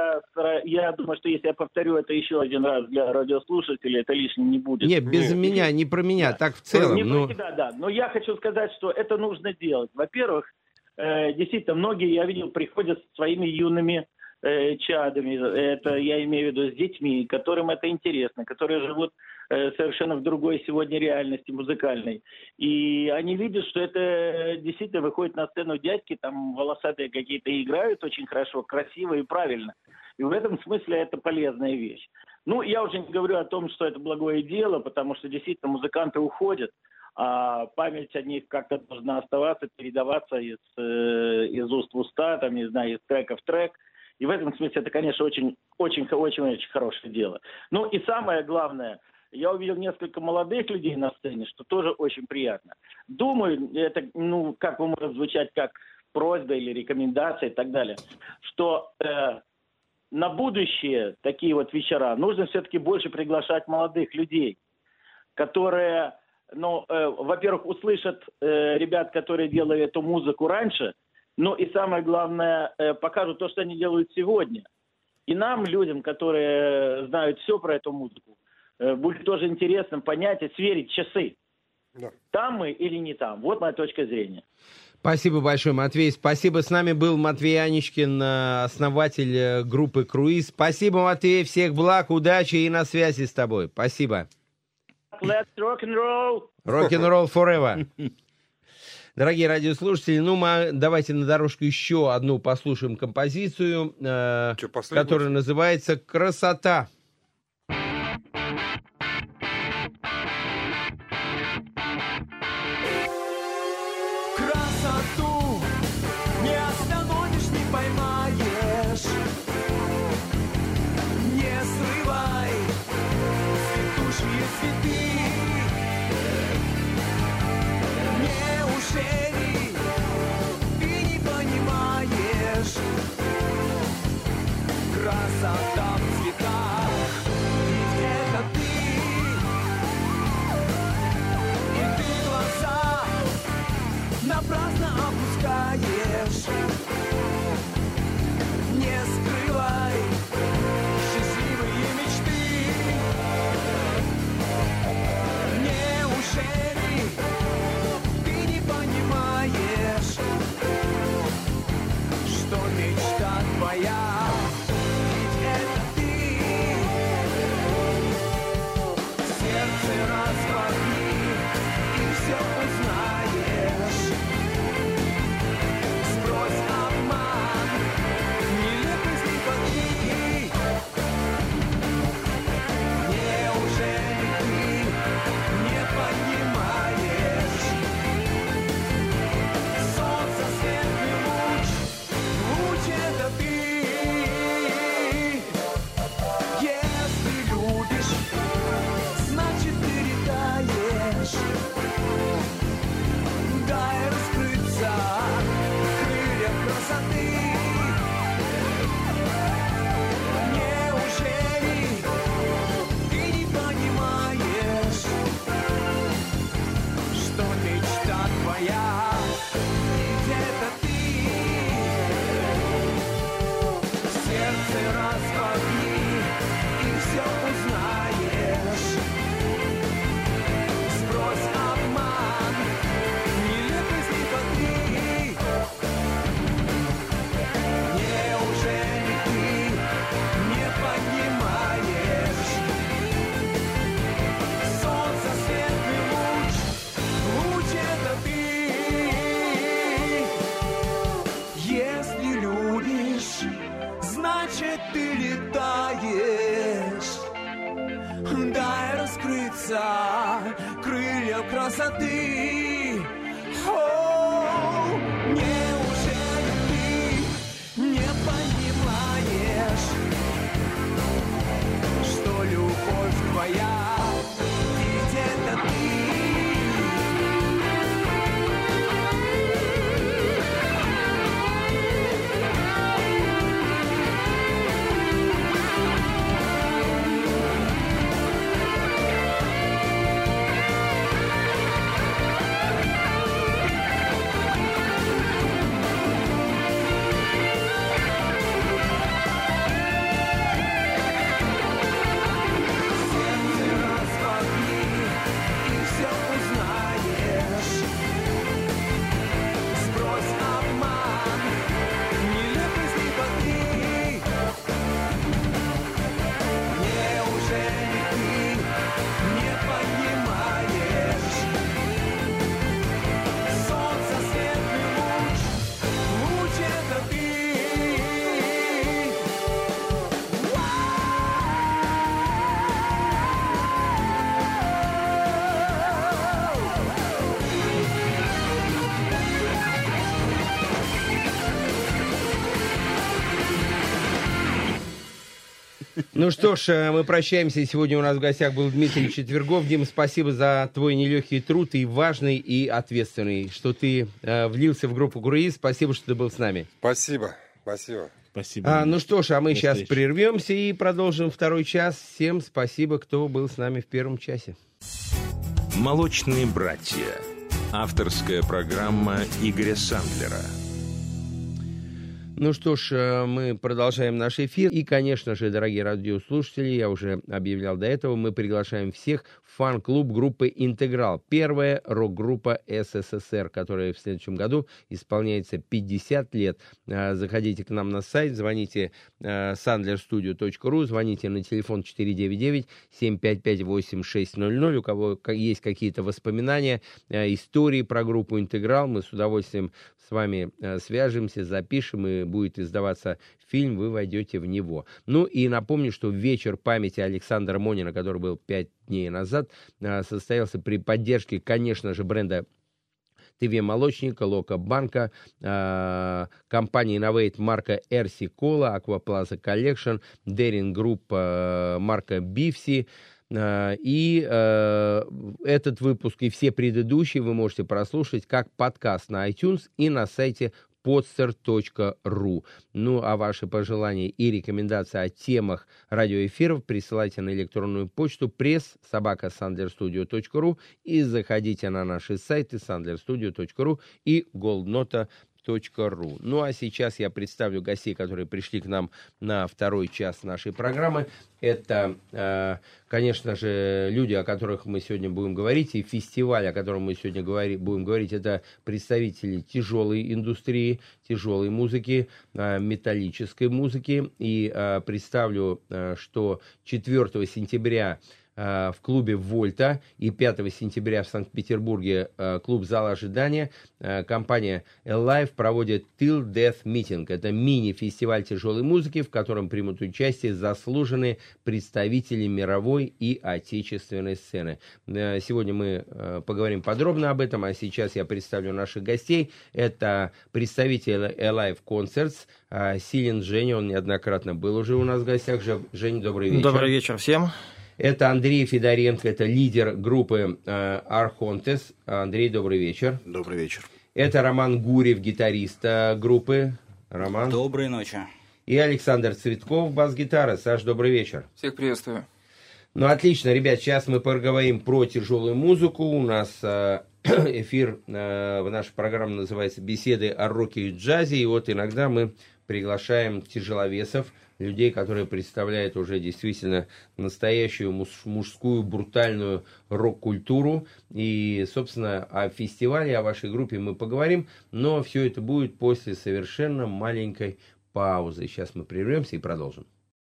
Я думаю, что если я повторю это еще один раз для радиослушателей, это лишним не будет.
Нет, без меня, не про меня, так в целом.
Но я хочу сказать, что это нужно делать. Во-первых, действительно, многие, я видел, приходят со своими юными чадами. Это я имею в виду с детьми, которым это интересно, которые живут совершенно в другой сегодня реальности музыкальной. И они видят, что это действительно выходит на сцену дядьки, там волосатые какие-то играют очень хорошо, красиво и правильно. И в этом смысле это полезная вещь. Я уже не говорю о том, что это благое дело, потому что действительно музыканты уходят, а память о них как-то должна оставаться, передаваться из уст в уста, из трека в трек. И в этом смысле это, конечно, очень хорошее дело. И самое главное, я увидел несколько молодых людей на сцене, что тоже очень приятно. Думаю, это, как бы может звучать как просьба или рекомендация и так далее, что на будущее такие вот вечера нужно все-таки больше приглашать молодых людей, которые, во-первых, услышат ребят, которые делали эту музыку раньше, и самое главное, покажут то, что они делают сегодня. И нам, людям, которые знают все про эту музыку, будет тоже интересно понять и сверить часы. Да. Там мы или не там. Вот моя точка зрения.
Спасибо большое, Матвей. Спасибо. С нами был Матвей Аничкин, основатель группы «Круиз». Спасибо, Матвей. Всех благ, удачи и на связи с тобой. Спасибо.
Let's rock and roll.
Rock and roll forever. Дорогие радиослушатели, давайте на дорожку еще одну послушаем композицию, которая называется «Красота».
Красоту не остановишь, не поймаешь, не цветы. Неужели ты не понимаешь? Красота в цветах, ведь это ты. И ты глаза напрасно опускаешь. Не скрывай счастливые мечты. Неужели ты не понимаешь, что мечта твоя, ведь это ты. Сердце распахни и все узнаешь. Сбрось обман, нелепости подни. Неужели ты не понимаешь? Солнце, светлый луч, луч это ты. Если любишь, значит ты летаешь. Дай раскрыться крыльям красоты. Неужели ты не понимаешь, что мечта твоя, ведь это ты. Сердце распахни и все узнаешь. Сбрось обман, нелепости подни. Неужели ты не понимаешь? Солнце, светлый луч, луч это ты. Если любишь, значит ты летаешь. Дай раскрыться крыльям красоты. О, неужели ты не понимаешь, что любовь твоя, ведь это ты.
Ну что ж, мы прощаемся. Сегодня у нас в гостях был Дмитрий Четвергов. Дим, спасибо за твой нелегкий труд, и важный, и ответственный, что ты влился в группу «Круиз». Спасибо, что ты был с нами.
Спасибо, спасибо.
Спасибо.
Ну что ж, мы сейчас прервемся и продолжим второй час. Всем спасибо, кто был с нами в первом часе.
«Молочные братья». Авторская программа Игоря Сандлера.
Ну что ж, мы продолжаем наш эфир. И, конечно же, дорогие радиослушатели, я уже объявлял до этого, мы приглашаем всех в фан-клуб группы «Интеграл». Первая рок-группа СССР, которая в следующем году исполняется 50 лет. Заходите к нам на сайт, звоните sandlerstudio.ru, звоните на телефон 499-755-8600. У кого есть какие-то воспоминания, истории про группу «Интеграл», мы с удовольствием с вами свяжемся, запишем, и будет издаваться фильм, вы войдете в него. Ну и напомню, что вечер памяти Александра Монина, который был 5 дней назад, состоялся при поддержке, конечно же, бренда ТВ Молочника, Лока Банка, компании Innovate марка RC Cola, Aquaplaza Collection, Daring Group марка Бифси, И этот выпуск и все предыдущие вы можете прослушать как подкаст на iTunes и на сайте podster.ru. Ну, а ваши пожелания и рекомендации о темах радиоэфиров присылайте на электронную почту press@sandlerstudio.ru и заходите на наши сайты sandlerstudio.ru и goldnota.ru. Ну, а сейчас я представлю гостей, которые пришли к нам на второй час нашей программы. Это, конечно же, люди, о которых мы сегодня будем говорить, и фестиваль, о котором мы сегодня будем говорить, это представители тяжелой индустрии, тяжелой музыки, металлической музыки. И представлю, что 4 сентября в клубе «Вольта» и 5 сентября в Санкт-Петербурге клуб «Зал ожидания» компания Alive проводит Till Death Meeting. Это мини-фестиваль тяжелой музыки, в котором примут участие заслуженные представители мировой и отечественной сцены. Сегодня мы поговорим подробно об этом, а сейчас я представлю наших гостей. Это представитель Alive Concerts Силин Женя, он неоднократно был уже у нас в гостях. Женя, добрый вечер.
Добрый вечер всем.
Это Андрей Федоренко, это лидер группы Архонтес. Андрей, добрый вечер.
Добрый вечер.
Это Роман Гурьев, гитарист группы. Роман.
Доброй ночи.
И Александр Цветков, бас-гитара. Саш, добрый вечер.
Всех приветствую.
Ну, отлично, ребят, сейчас мы поговорим про тяжелую музыку. У нас эфир в нашей программе называется «Беседы о роке и джазе». И вот иногда мы приглашаем тяжеловесов, людей, которые представляют уже действительно настоящую мужскую брутальную рок-культуру. И, собственно, о фестивале, о вашей группе мы поговорим, но все это будет после совершенно маленькой паузы. Сейчас мы прервемся и продолжим.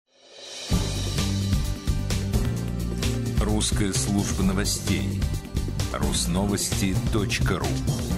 Русская служба новостей. Русновости.ру.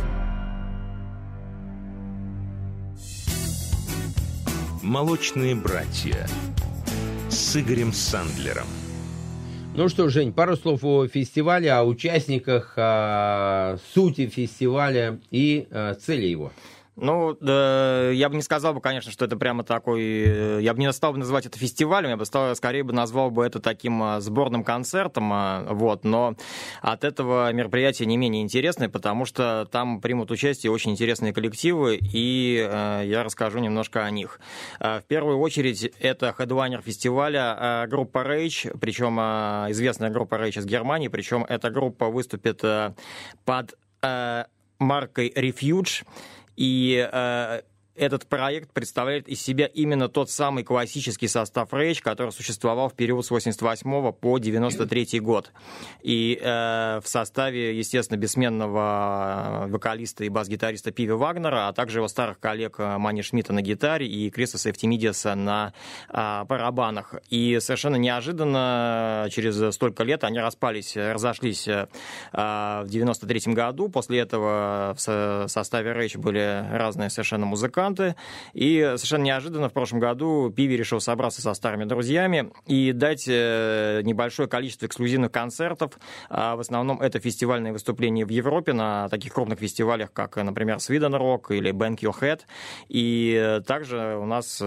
«Молочные братья» с Игорем Сандлером.
Ну что, Жень, пару слов о фестивале, о участниках, о сути фестиваля и цели его.
Ну, я бы не сказал, конечно, что это прямо такой... Я бы не стал бы называть это фестивалем, я бы скорее назвал бы это таким сборным концертом, вот, но от этого мероприятие не менее интересное, потому что там примут участие очень интересные коллективы, и я расскажу немножко о них. В первую очередь, это хедлайнер фестиваля группа Rage, причем известная группа Rage из Германии, причем эта группа выступит под маркой Refuge. И этот проект представляет из себя именно тот самый классический состав Rage, который существовал в период с 88 по 93 год. И в составе, естественно, бессменного вокалиста и бас-гитариста Пиви Вагнера, а также его старых коллег Мани Шмидта на гитаре и Криса Сефтимидиаса на барабанах. И совершенно неожиданно, через столько лет, они разошлись в 93 году. После этого в составе Rage были разные совершенно музыканты. И совершенно неожиданно в прошлом году Пиви решил собраться со старыми друзьями и дать небольшое количество эксклюзивных концертов. В основном это фестивальные выступления в Европе на таких крупных фестивалях, как, например, Sweden Rock или Bang Your Head. И также у нас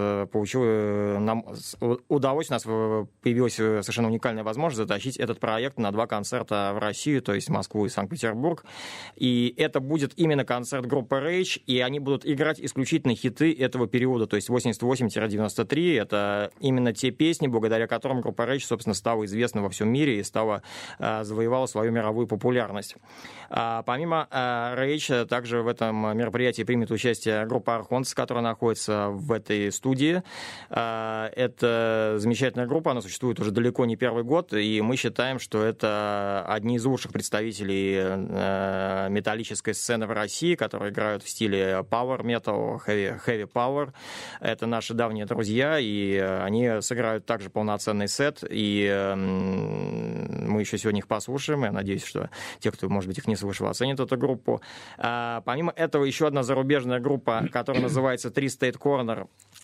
удалось, у нас появилась совершенно уникальная возможность затащить этот проект на 2 концерта в Россию, то есть Москву и Санкт-Петербург. И это будет именно концерт группы Rage, и они будут играть исключительно хиты этого периода, то есть 88-93, это именно те песни, благодаря которым группа Rage, собственно, стала известна во всем мире и завоевала свою мировую популярность. Помимо Rage, также в этом мероприятии примет участие группа Архонтес, которая находится в этой студии. Это замечательная группа, она существует уже далеко не первый год, и мы считаем, что это одни из лучших представителей металлической сцены в России, которые играют в стиле power metal, heavy power. Это наши давние друзья, и они сыграют также полноценный сет, и мы еще сегодня их послушаем. Я надеюсь, что те, кто, может быть, их не слышал, оценят эту группу. Помимо этого, еще одна зарубежная группа, которая называется Three State Corner.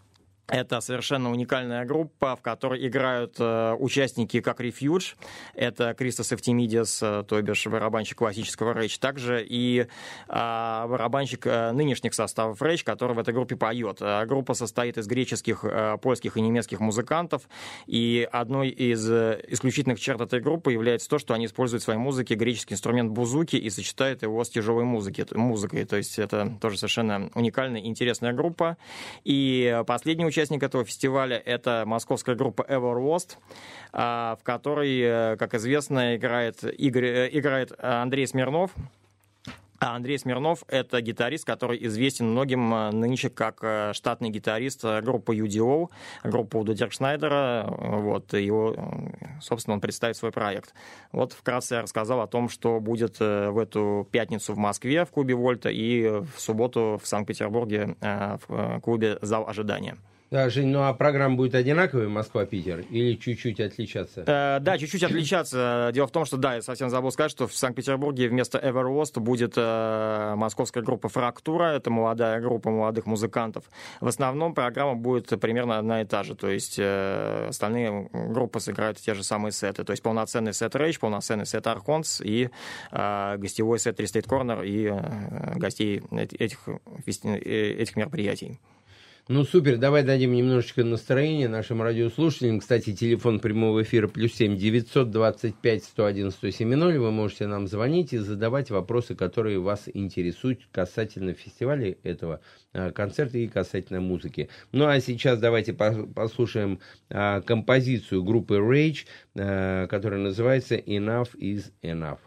Это совершенно уникальная группа, в которой играют участники как Refuge, это Кристос Эфтимидис, то бишь барабанщик классического Rage, также и барабанщик нынешних составов Rage, который в этой группе поет. Группа состоит из греческих, польских и немецких музыкантов, и одной из исключительных черт этой группы является то, что они используют в своей музыке греческий инструмент бузуки и сочетают его с тяжелой музыкой. То есть это тоже совершенно уникальная и интересная группа. И последний участник этого фестиваля — это московская группа Everlost, в которой, как известно, играет Андрей Смирнов. А Андрей Смирнов — это гитарист, который известен многим нынче как штатный гитарист группы UDO, группы Удо Диркшнайдера. Вот, его, собственно, он представит свой проект. Вот вкратце я рассказал о том, что будет в эту пятницу в Москве в клубе «Вольта» и в субботу в Санкт-Петербурге в клубе «Зал ожидания».
Да, Жень, ну а программа будет одинаковой, Москва-Питер, или чуть-чуть отличаться?
Да, чуть-чуть отличаться. Дело в том, что, да, я совсем забыл сказать, что в Санкт-Петербурге вместо Everlost будет московская группа «Фрактура». Это молодая группа молодых музыкантов. В основном программа будет примерно одна и та же. То есть остальные группы сыграют те же самые сеты. То есть полноценный сет Rage, полноценный сет Archons и гостевой сет Three State Corner и гостей этих мероприятий.
Ну, супер, давай дадим немножечко настроения нашим радиослушателям. Кстати, телефон прямого эфира +7 925 101 107 0. Вы можете нам звонить и задавать вопросы, которые вас интересуют касательно фестиваля этого концерта и касательно музыки. Ну, а сейчас давайте послушаем композицию группы Rage, которая называется «Enough is Enough».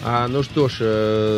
Ну что ж,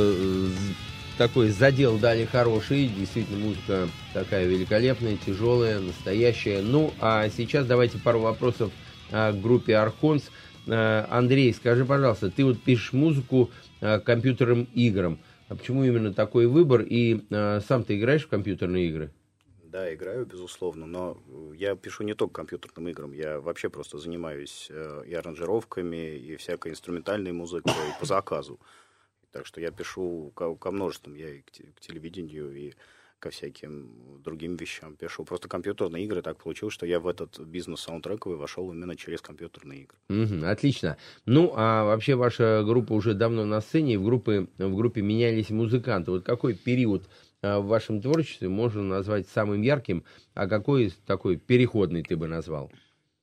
такой задел дали хороший, действительно музыка такая великолепная, тяжелая, настоящая. Ну, а сейчас давайте пару вопросов к группе Архонс. Андрей, скажи, пожалуйста, ты вот пишешь музыку к компьютерным играм. А почему именно такой выбор? И сам ты играешь в компьютерные игры?
Да, играю, безусловно, но я пишу не только компьютерным играм, я вообще просто занимаюсь и аранжировками, и всякой инструментальной музыкой по заказу. Так что я пишу ко множеству, я и к телевидению, и ко всяким другим вещам пишу. Просто компьютерные игры, так получилось, что я в этот бизнес саундтрековый вошел именно через компьютерные игры.
Отлично. Ну, а вообще ваша группа уже давно на сцене, и в группе менялись музыканты. Вот какой период в вашем творчестве можно назвать самым ярким, а какой такой переходный ты бы назвал?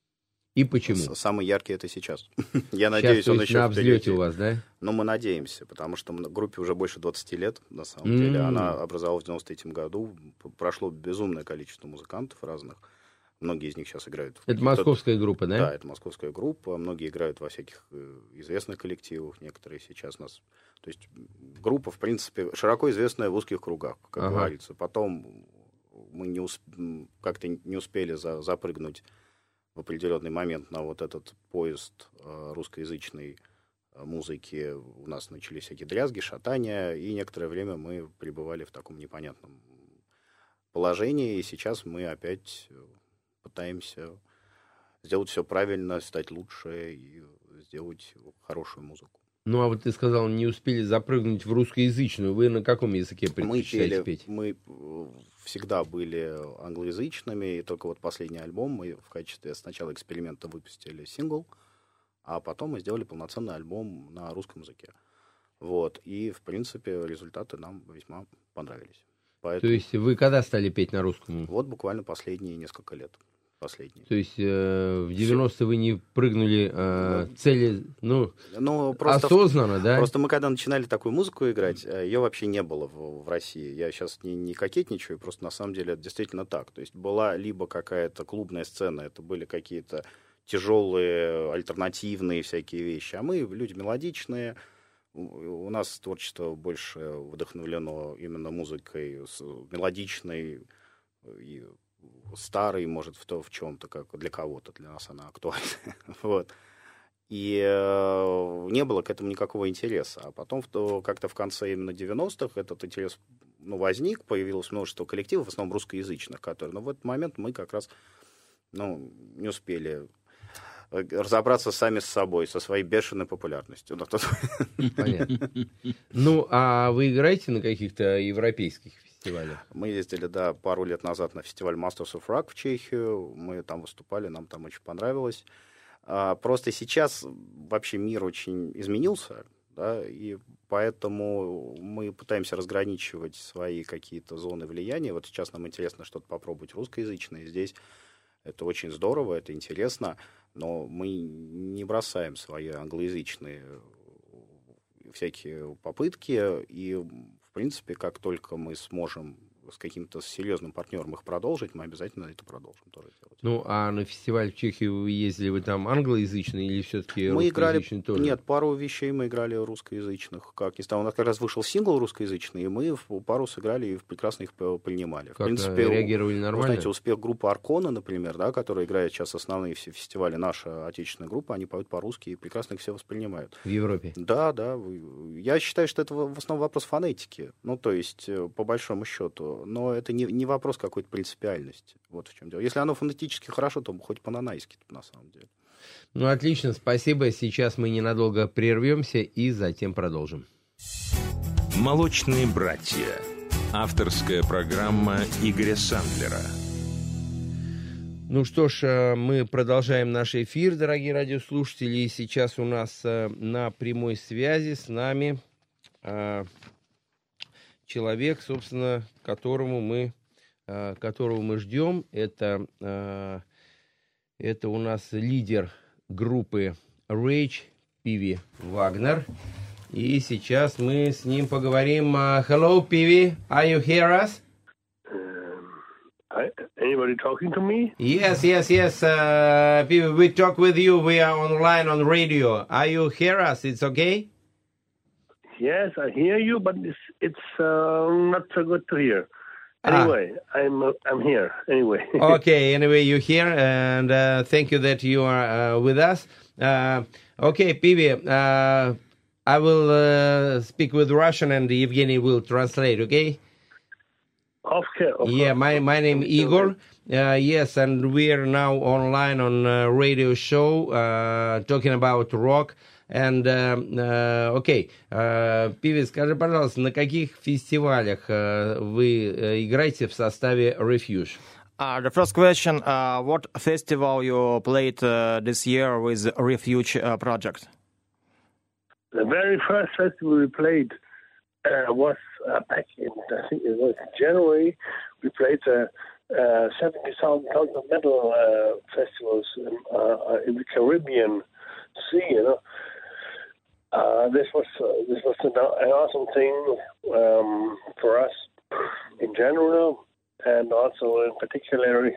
И почему?
Самый яркий это сейчас. Я надеюсь, он еще
на взлете у вас, да?
Ну, мы надеемся, потому что группе уже больше 20 лет, на самом деле. Она образовалась в 93-м году. Прошло безумное количество музыкантов разных. Многие из них сейчас играют.
Это московская группа, да?
Да, это московская группа. Многие играют во всяких известных коллективах. Некоторые сейчас нас... То есть группа, в принципе, широко известная в узких кругах, как говорится. Потом мы как-то не успели запрыгнуть в определенный момент на вот этот поезд русскоязычной музыки. У нас начались всякие дрязги, шатания, и некоторое время мы пребывали в таком непонятном положении, и сейчас мы опять пытаемся сделать все правильно, стать лучше и сделать хорошую музыку.
Ну, а вот ты сказал, не успели запрыгнуть в русскоязычную. Вы на каком языке предпочитаете петь?
Мы всегда были англоязычными, и только вот последний альбом мы в качестве сначала эксперимента выпустили сингл, а потом мы сделали полноценный альбом на русском языке. Вот. И, в принципе, результаты нам весьма понравились. Поэтому...
То есть вы когда стали петь на русском?
Вот буквально последние несколько лет.
То есть в 90-е вы не прыгнули цели, просто осознанно, да?
Просто мы когда начинали такую музыку играть, ее вообще не было в России. Я сейчас не кокетничаю, просто на самом деле это действительно так. То есть была либо какая-то клубная сцена, это были какие-то тяжелые, альтернативные всякие вещи, а мы люди мелодичные. У нас творчество больше вдохновлено именно музыкой мелодичной и старый, может, в чем-то, как для кого-то, для нас она актуальна. Вот. И не было к этому никакого интереса. А потом как-то в конце именно 90-х этот интерес возник, появилось множество коллективов, в основном русскоязычных, которые... Но в этот момент мы как раз не успели разобраться сами с собой, со своей бешеной популярностью.
Понятно. Ну, а вы играете на каких-то европейских фестивалях?
Мы ездили, пару лет назад на фестиваль Masters of Rock в Чехию. Мы там выступали, нам там очень понравилось. Просто сейчас вообще мир очень изменился, да, и поэтому мы пытаемся разграничивать свои какие-то зоны влияния. Вот сейчас нам интересно что-то попробовать русскоязычное. Здесь это очень здорово, это интересно, но мы не бросаем свои англоязычные всякие попытки, и, в принципе, как только мы сможем с каким-то серьезным партнером их продолжить, мы обязательно это продолжим тоже делать.
Ну, а на фестиваль в Чехию вы ездили, вы там англоязычные или все-таки русскоязычные тоже?
Нет, пару вещей мы играли русскоязычных. Как ни странно, у нас как раз вышел сингл русскоязычный, и мы пару сыграли и прекрасно их принимали.
Как в принципе, реагировали нормально?
Вы знаете, успех группы Аркона, например, да, которая играет сейчас основные все фестивали, наша отечественная группа, они поют по-русски и прекрасно их все воспринимают.
В Европе?
Да. Я считаю, что это в основном вопрос фонетики. Ну, то есть, по большому счету. Но это не вопрос какой-то принципиальности. Вот в чем дело. Если оно фонетически хорошо, то хоть по-нанайски, на самом деле.
Ну, отлично, спасибо. Сейчас мы ненадолго прервемся и затем продолжим.
«Молочные братья». Авторская программа Игоря Сандлера.
Ну что ж, мы продолжаем наш эфир, дорогие радиослушатели. И сейчас у нас на прямой связи с нами человек, собственно, которого мы ждем. Это у нас лидер группы Rage Пиви Вагнер. И сейчас мы с ним поговорим. Hello, Пиви, are you hear us?
Anybody talking to me?
Yes. Phoebe, we talk with you. We are online on radio. Are you hear us? It's okay?
Yes, I hear you, but it's not so good to hear. Anyway, I'm here. Anyway.
Okay, anyway, you're here, and thank you that you are with us. Okay, Pivi, I will speak with Russian, and Evgeny will translate, okay?
Okay.
Yeah, my name Igor. Yes, and we are now online on a radio show talking about rock. And, окей, Пиви, скажи, пожалуйста, на каких фестивалях вы играете в составе Refuge?
The first question, what festival you played this year with Refuge project?
The very first festival we played was back in, I think it was January. We played 70,000 metal festivals in the Caribbean Sea, you know. This was an awesome thing for us in general, and also in particular,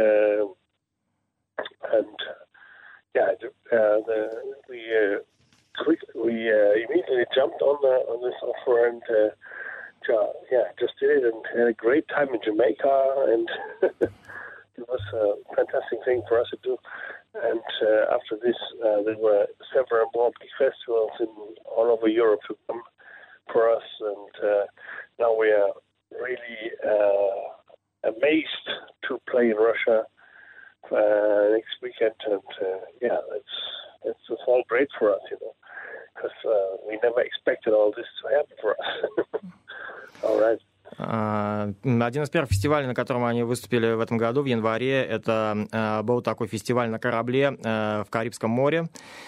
we immediately jumped on this offer and just did it and had a great time in Jamaica, and it was a fantastic thing for us to do. And after this, there were several more big festivals all over Europe to come for us. And now we are really amazed to play in Russia next weekend. And it's all great for us, you know, because we never expected all this to happen for us. All right.
Один из первых фестивалей, на котором они выступили в этом году, в январе, это был такой фестиваль на корабле в Карибском море.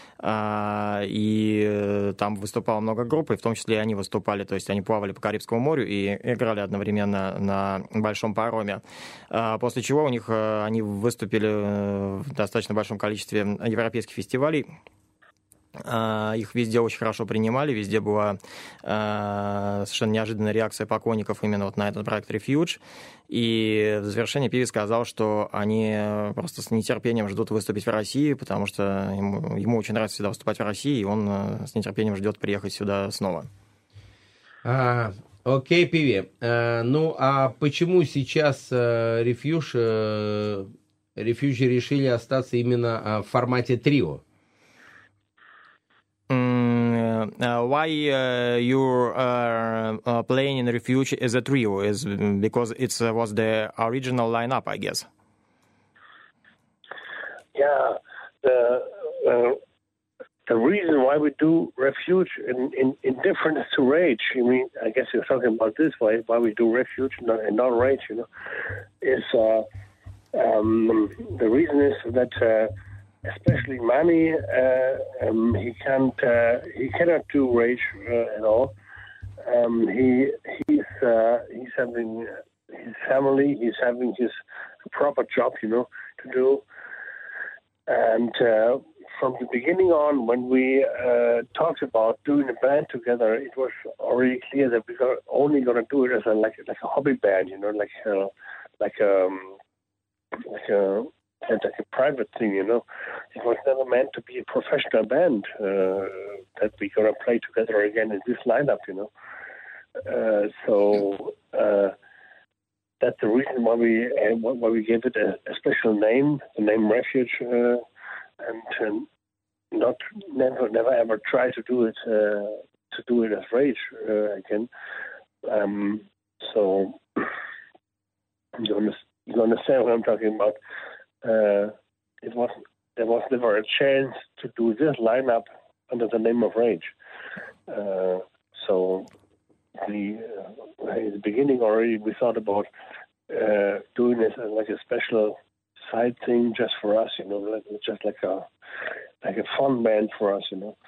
И там выступало много групп, и в том числе и они выступали, то есть они плавали по Карибскому морю и играли одновременно на большом пароме. После чего у них они выступили в достаточно большом количестве европейских фестивалей. Их везде очень хорошо принимали, везде была совершенно неожиданная реакция поклонников именно вот на этот проект Refuge. И в завершении Пиви сказал, что они просто с нетерпением ждут выступить в России, потому что ему очень нравится всегда выступать в России, и он с нетерпением ждет приехать сюда снова.
Окей, Пиви. Ну, а почему сейчас Refuge решили остаться именно в формате трио?
Why you're playing in Refuge as a trio? Is because it was the original lineup, I guess.
Yeah, the reason why we do Refuge in difference to Rage, I mean, I guess you're talking about this, why we do Refuge and not Rage, you know, is the reason is that especially Manny, he cannot do Rage at all. He's having his family, he's having his proper job, you know, to do. And from the beginning on, when we talked about doing a band together, it was already clear that we were only going to do it as like a hobby band, you know, like a private thing, you know. It was never meant to be a professional band that we're going to play together again in this lineup, you know. So that's the reason why we gave it a special name, the name Refuge, and never ever try to do it as Rage again. So you understand what I'm talking about. There was never a chance to do this lineup under the name of Rage. So in the beginning already we thought about doing this as like a special side thing just for us, you know, just like a fun band for us, you know.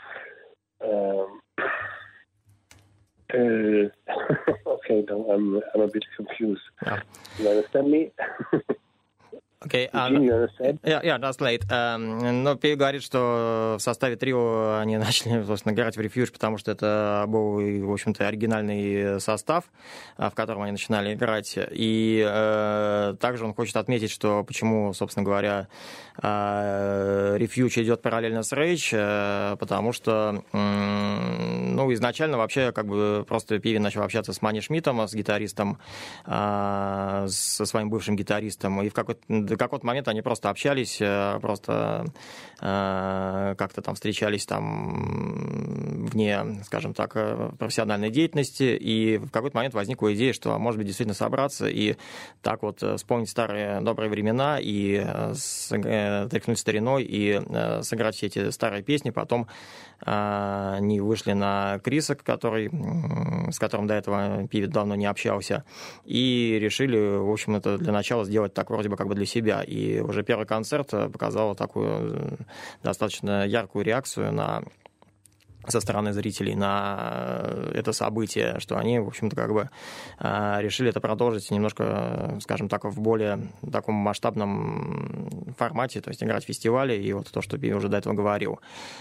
Okay, no, I'm a bit confused.
Yeah.
You understand me?
Okay, that's late. Но Пи говорит, что в составе трио они начали, собственно, играть в Refuge, потому что это был, в общем-то, оригинальный состав, в котором они начинали играть. И также он хочет отметить, что почему, собственно говоря, Refuge идет параллельно с Rage, потому что изначально вообще как бы просто Пиви начал общаться с Манни Шмидтом, с гитаристом, со своим бывшим гитаристом, и в какой-то момент они просто общались, просто как-то там встречались там вне, скажем так, профессиональной деятельности, и в какой-то момент возникла идея, что, может быть, действительно собраться и так вот вспомнить старые добрые времена и тряхнуть стариной и сыграть все эти старые песни. Потом они вышли на Криса, с которым до этого Пиви давно не общался, и решили, в общем, это для начала сделать так вроде бы как бы для себя. И уже первый концерт показал такую достаточно яркую реакцию со стороны зрителей на это событие, что они, в общем-то, как бы решили это продолжить немножко, скажем так, в более таком масштабном формате, то есть играть в фестивале, и вот то, что Пиви уже до этого говорил.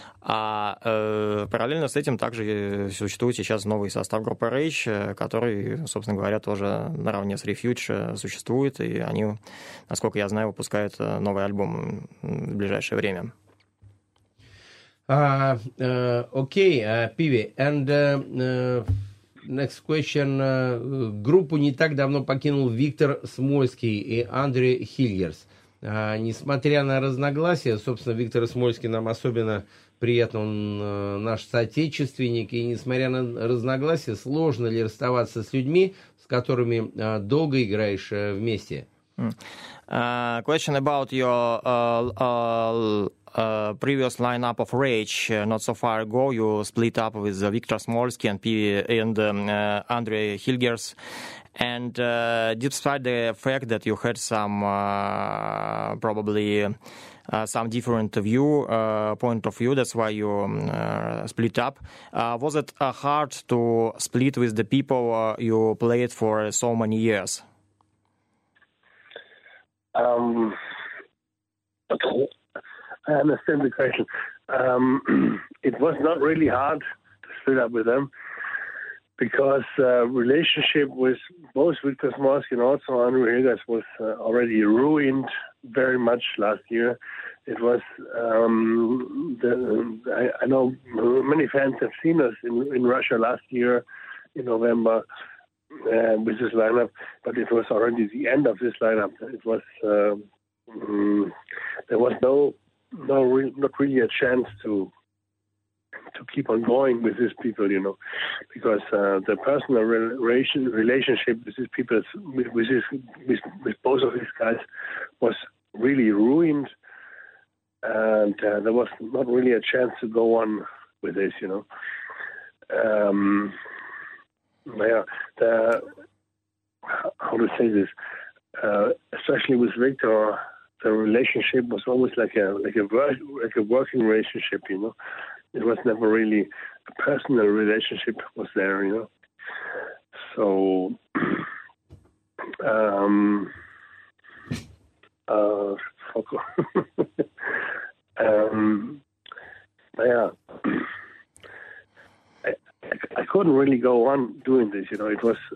А параллельно с этим также существует сейчас новый состав группы Rage, который, собственно говоря, тоже наравне с Refuge существует, и они, насколько я знаю, выпускают новый альбом в ближайшее время.
Окей, Пиви. And next question. Группу не так давно покинул Виктор Смольский и Андрей Хильгерс. Несмотря на разногласия, собственно, Виктор Смольский нам особенно приятно, он наш соотечественник, и несмотря на разногласия, сложно ли расставаться с людьми, с которыми долго играешь вместе?
Question about your previous lineup of Rage. Not so far ago, you split up with Viktor Smolsky and Andrei Hilgers. And despite the fact that you had some probably some different point of view, that's why you split up. Was it hard to split with the people you played for so many years?
I understand the question. It was not really hard to split up with them because relationship with both Viktor Smolsky and also Andrei Hilgers was already ruined very much last year. It was, I know many fans have seen us in Russia last year in November with this lineup, but it was already the end of this lineup. It was, there was not really a chance to keep on going with these people, you know, because the personal relationship with these people, with both of these guys, was really ruined, and there was not really a chance to go on with this, you know. How to say this? Especially with Victor, the relationship was always like a working relationship, you know. It was never really a personal relationship was there, you know. So, I couldn't really go on doing this, you know. It was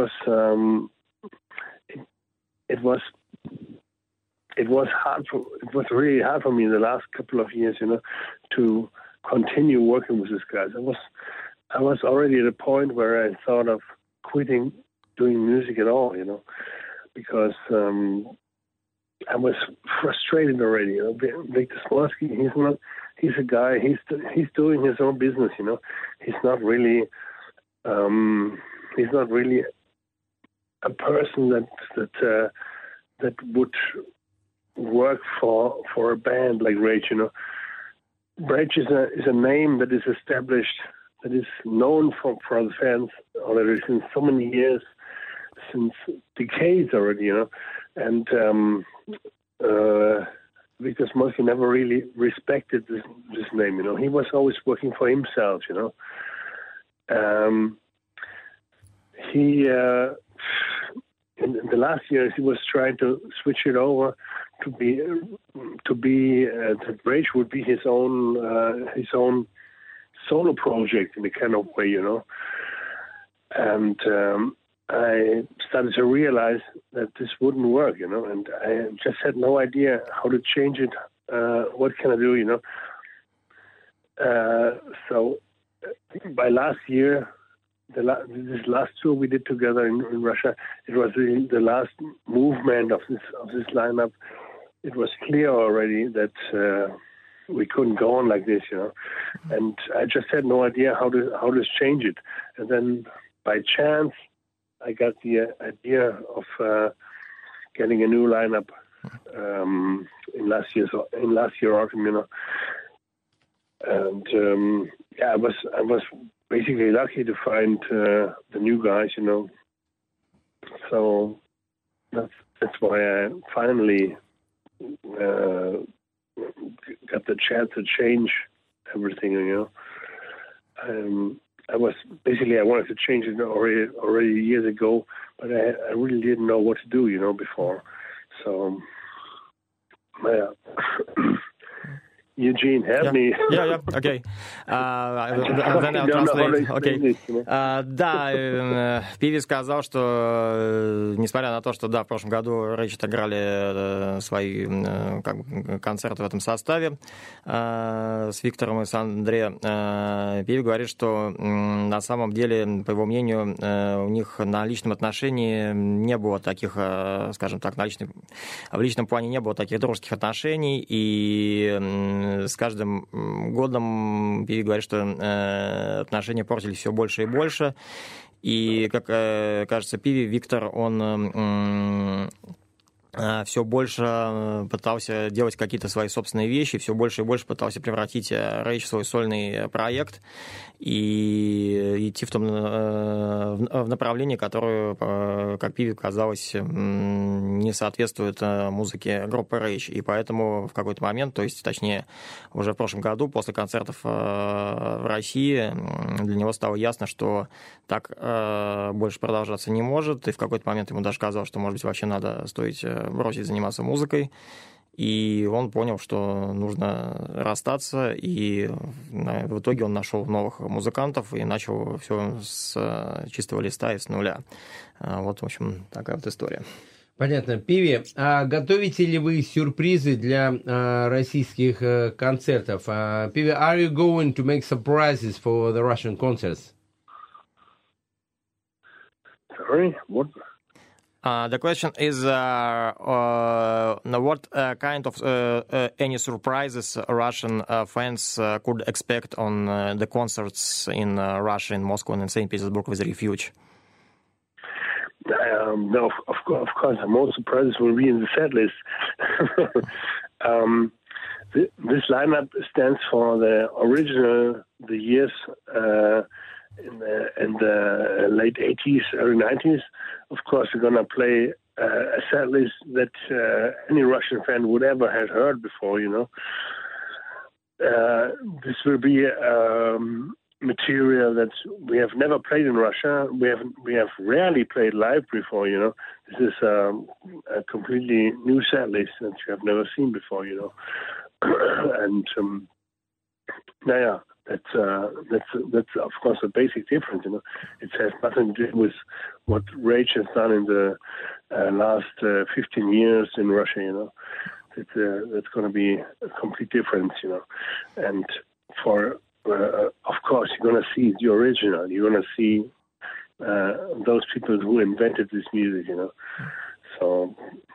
hard. It was really hard for me in the last couple of years, you know, to continue working with these guys. I was already at a point where I thought of quitting doing music at all, you know, because I was frustrated already. You know, Viktor Smolsky, he's a guy. He's doing his own business, you know. He's not really a person that would work for a band like Rage, you know. Rage is a name that is established, that is known for the fans already since so many years, since decades already, you know. And Viktor Smolsky never really respected this name, you know. He was always working for himself, you know. In the last years, he was trying to switch it over to be that Rage would be his own solo project in a kind of way, you know. And I started to realize that this wouldn't work, you know, and I just had no idea how to change it. What can I do, you know? So by last year, this last tour we did together in Russia, it was the last movement of this lineup. It was clear already that we couldn't go on like this, and I just had no idea how to change it. And then by chance, I got the idea of getting a new lineup in last year autumn, and I was basically lucky to find the new guys, So that's why I finally got the chance to change everything, I wanted to change it already years ago, but I really didn't know what to do, before. So, Eugene, help me.
Yeah, okay. Then I'll translate. Okay. Да, Пиви сказал, что несмотря на то, что да, в прошлом году Rage отыграли свои концерты в этом составе с Виктором и с Андре, Пиви говорит, что на самом деле, по его мнению, у них на личном отношении не было таких, скажем так, в личном плане не было таких дружеских отношений, и с каждым годом Пиви говорит, что отношения портились все больше и больше. И, как кажется Пиви, Виктор, он все больше пытался делать какие-то свои собственные вещи, все больше и больше пытался превратить Rage в свой сольный проект и идти в направлении, которое, как Пиви казалось, не соответствует музыке группы Rage. И поэтому в какой-то момент, точнее, уже в прошлом году, после концертов в России, для него стало ясно, что так больше продолжаться не может. И в какой-то момент ему даже казалось, что, может быть, вообще стоит бросить заниматься музыкой. И он понял, что нужно расстаться, и в итоге он нашел новых музыкантов и начал все с чистого листа и с нуля. Вот, в общем, такая вот история.
Понятно. Пиви, а готовите ли вы сюрпризы для российских концертов? Пиви, are you going to make surprises for the Russian concerts?
Sorry, what?
The question is, what kind of any surprises Russian fans could expect on the concerts in Russia, in Moscow and in St. Petersburg with Refuge?
No, of course, the most surprises will be in the set list. This lineup stands for the years in the late 80s, early 90s. Of course, we're going to play a set list that any Russian fan would ever have heard before, This will be material that we have never played in Russia. We have rarely played live before, This is a completely new set list that you have never seen before, And, that's of course a basic difference. It has nothing to do with what Rage has done in the last 15 years in Russia. That's going to be a complete difference. And for of course you're going to see the original. You're going to see those people who invented this music. So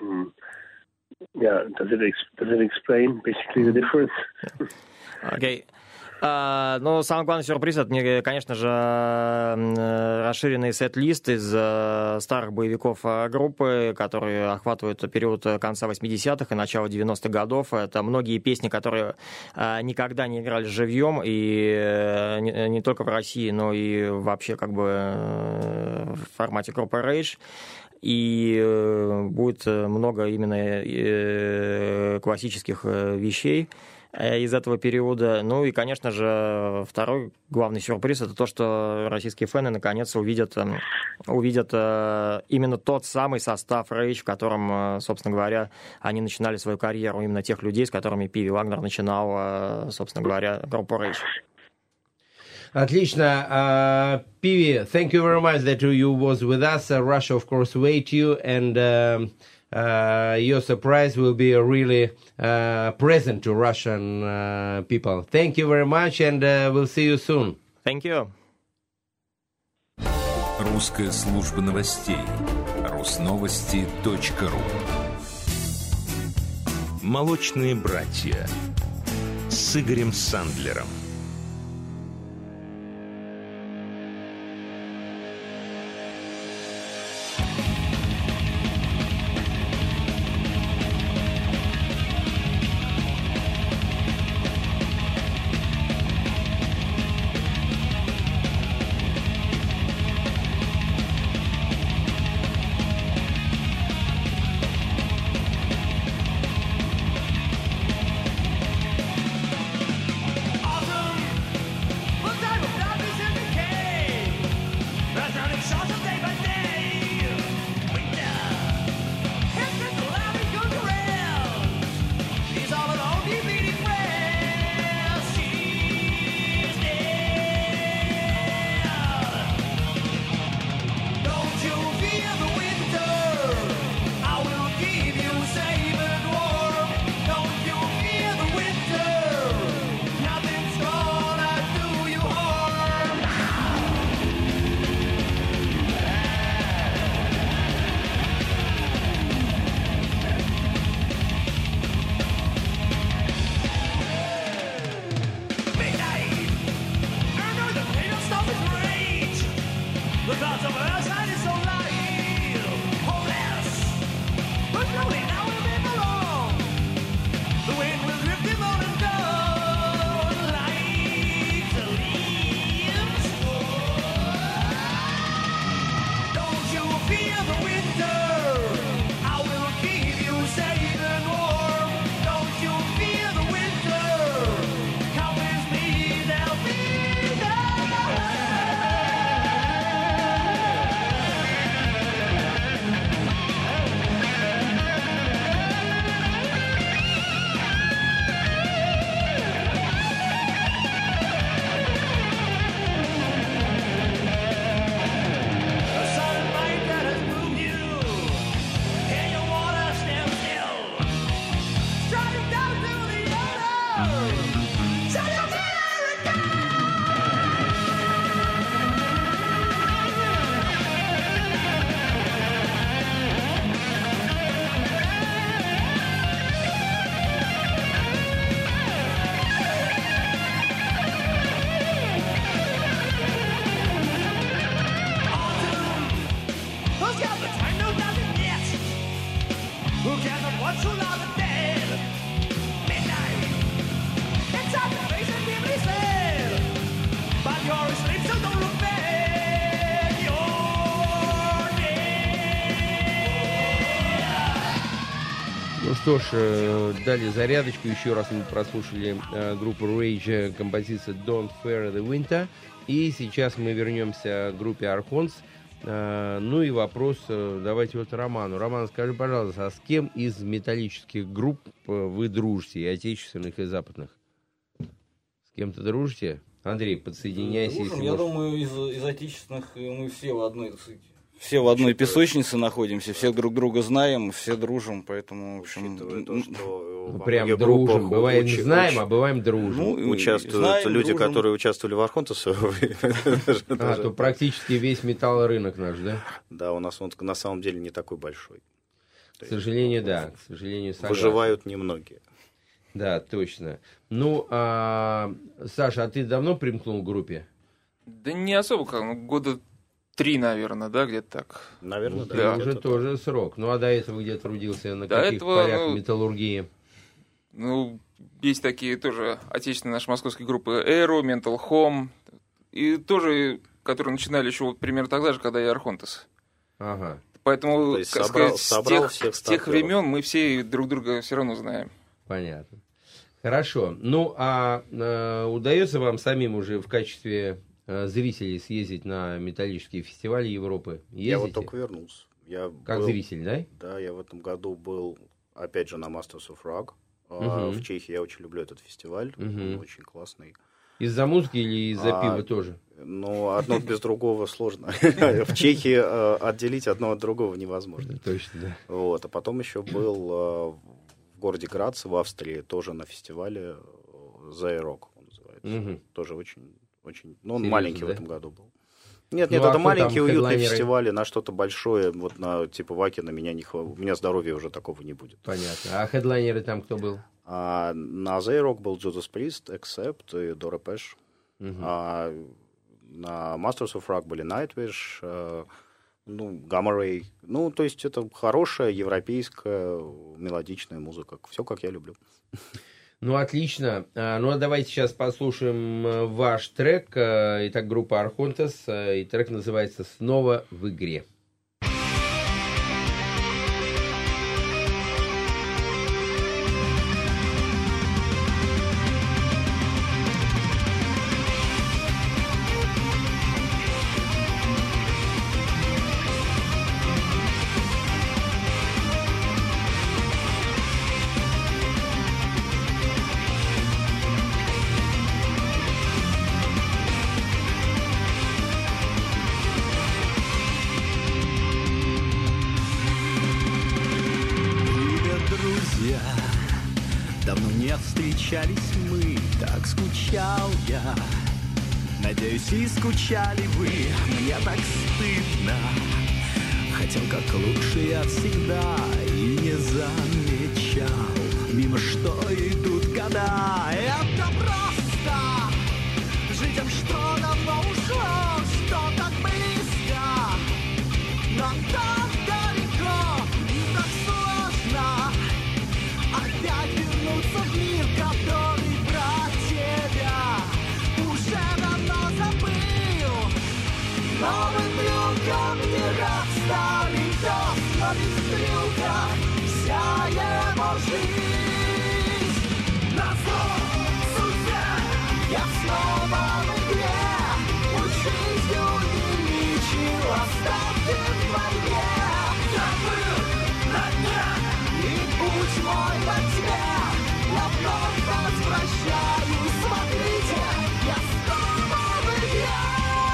does it explain basically the difference?
Okay. Но самый главный сюрприз — это, конечно же, расширенный сет-лист из старых боевиков группы, которые охватывают период конца 80-х и начала 90-х годов. Это многие песни, которые никогда не играли живьем, и не только в России, но и вообще в формате группы Rage. И будет много именно классических вещей из этого периода. Ну и, конечно же, второй главный сюрприз — это то, что российские фэны наконец увидят именно тот самый состав Rage, в котором, собственно говоря, они начинали свою карьеру, именно тех людей, с которыми Пиви Лагнер начинал, собственно говоря, группу Rage.
Отлично. Пиви, thank you very much that you was with us. Russia, of course, wait you, and your surprise will be a really present to Russian people. Thank you very much, and we'll see you soon.
Thank you.
Русская служба новостей. Русновости.ру.
«Молочные братья» с Игорем Сандлером.
Ну что ж, дали зарядочку. Еще раз мы прослушали группу Rage, композиция Don't Fear the Winter. И сейчас мы вернемся к группе Archons. Ну и вопрос давайте вот Роману. Роман, скажи, пожалуйста, а с кем из металлических групп вы дружите, и отечественных, и западных? С кем-то дружите? Андрей, подсоединяйся.
Дружим, я думаю, из отечественных мы все в одной песочнице находимся, все друг друга знаем, все дружим, поэтому, в общем...
То, что
прям дружим. Бываем знаем, а бываем дружим.
Участвуют
знаем,
люди,
дружим.
Которые участвовали в Архонте в свое время.
То практически весь металлорынок наш, да?
Да, у нас он на самом деле не такой большой.
К сожалению, да. К сожалению, согласен.
Выживают немногие.
Да, точно. Ну, Саша, а ты давно примкнул к группе?
Да не особо, года 3, наверное, да, где-то так.
Наверное,
да. Уже тоже срок. Ну, а до этого где трудился? На
до
каких
этого,
полях металлургии?
Ну, есть такие тоже отечественные наши московские группы Aero, Mental Home. И тоже, которые начинали еще вот примерно тогда же, когда и Архонтес.
Ага.
Поэтому, как сказать, с тех времен мы все друг друга все равно знаем.
Понятно. Хорошо. Ну, а удается вам самим уже в качестве зрителей съездить на металлические фестивали Европы? Ездите?
Я вот только вернулся.
Как зритель, да?
Да, я в этом году был, опять же, на Masters of Rock. В Чехии я очень люблю этот фестиваль. Он очень классный.
Из-за музыки или из-за пива тоже?
Ну, одно без другого сложно. В Чехии отделить одно от другого невозможно.
Точно, да.
Вот. А потом еще был в городе Грац, в Австрии, тоже на фестивале The Rock, он называется. Тоже очень, Очень. Ну, он
Серьезно,
маленький
да?
в этом году был. Нет,
Ну,
это
кто
маленькие
там
уютные
хедлайнеры?
фестивали, на что-то большое, вот на типа Вакина у меня здоровья уже такого не будет.
Понятно. А хедлайнеры там кто был?
На Azerok был Judas Priest, Accept и Dora Pesh. А на Masters of Rock были Nightwish, Gamma Ray. Ну, то есть это хорошая европейская мелодичная музыка. Все, как я люблю.
Ну, отлично. Ну, а давайте сейчас послушаем ваш трек. Итак, группа Архонтес. И трек называется «Снова в игре».
Давно не встречались мы, так скучал я. Надеюсь, и скучали вы, мне так стыдно. Хотел как лучше я всегда и не замечал. Мимо что идут года, это просто жить тем, что давно ушло, что так близко, но так далеко и так сложно. Опять вернуться в мир, который про тебя уже давно забыл. Новым люком не рад старый дом, но без стрелка вся его жизнь. На солнце я снова в игре, пусть жизнью не лечил, оставьте в войне. Забыл на дне и путь мой во тьме, я вновь возвращаюсь, смотрите, я снова в игре.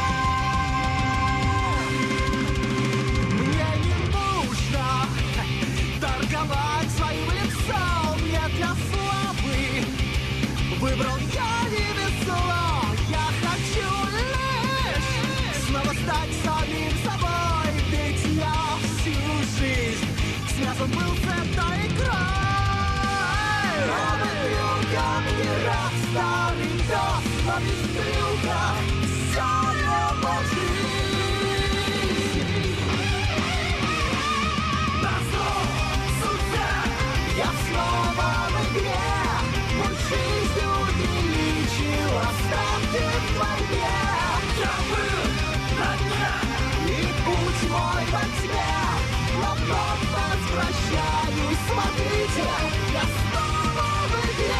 Мне не нужно торговать своим лицом, нет, я слабый, выбрал я не весло, я хочу лишь снова стать самим собой, ведь я всю жизнь связан был с этой игрой. Новым югом не рад старый пес, но без брюка вся его жизнь. На солнце я снова в игре, пусть жизнью не лечил, оставьте в войне. Я был на дне и путь мой во тьме, но вновь возвращаюсь, смотрите, я снова в игре.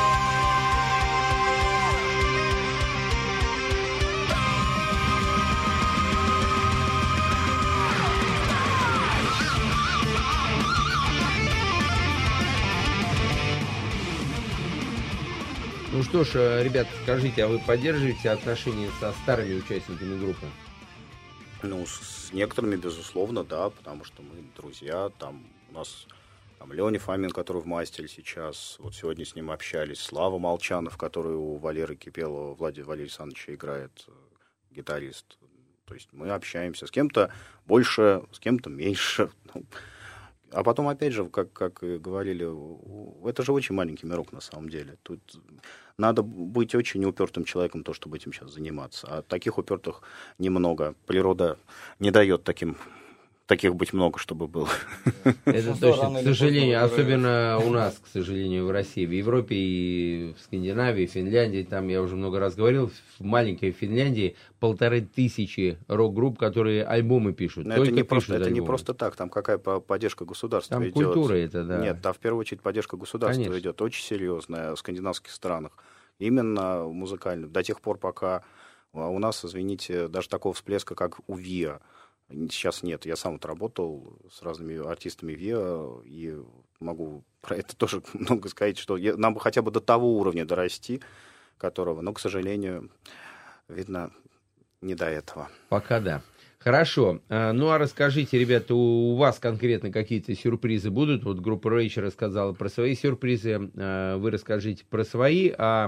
Ну что ж, ребят, скажите, а вы поддерживаете отношения со старыми участниками группы?
Ну, с некоторыми, безусловно, да, потому что мы друзья, там у нас там Леня Фомин, который в Мастере сейчас, вот сегодня с ним общались, Слава Молчанов, который у Валеры Кипелова, Владимира Александровича играет, гитарист. То есть мы общаемся с кем-то больше, с кем-то меньше. А потом, опять же, как и говорили, это же очень маленький мирок на самом деле. Тут надо быть очень упертым человеком, то, чтобы этим сейчас заниматься. А таких упертых немного. Природа не дает таких быть много, чтобы было.
Это точно, к сожалению, особенно у нас, к сожалению, в России, в Европе и в Скандинавии, в Финляндии, там я уже много раз говорил, в маленькой Финляндии 1500 рок-групп, которые альбомы пишут.
Но это не просто так, там какая поддержка государства
там
идет.
Культура это, да.
Нет, там в первую очередь поддержка государства Конечно. Идет, очень серьезная в скандинавских странах. Именно музыкально. До тех пор, пока у нас, извините, даже такого всплеска, как у ВИА, сейчас нет. Я сам вот работал с разными артистами ВИА, и могу про это тоже много сказать, что нам бы хотя бы до того уровня дорасти, которого, но, к сожалению, видно, не до этого.
Пока да. Хорошо. Ну, а расскажите, ребята, у вас конкретно какие-то сюрпризы будут? Вот группа Rage рассказала про свои сюрпризы, вы расскажите про свои, а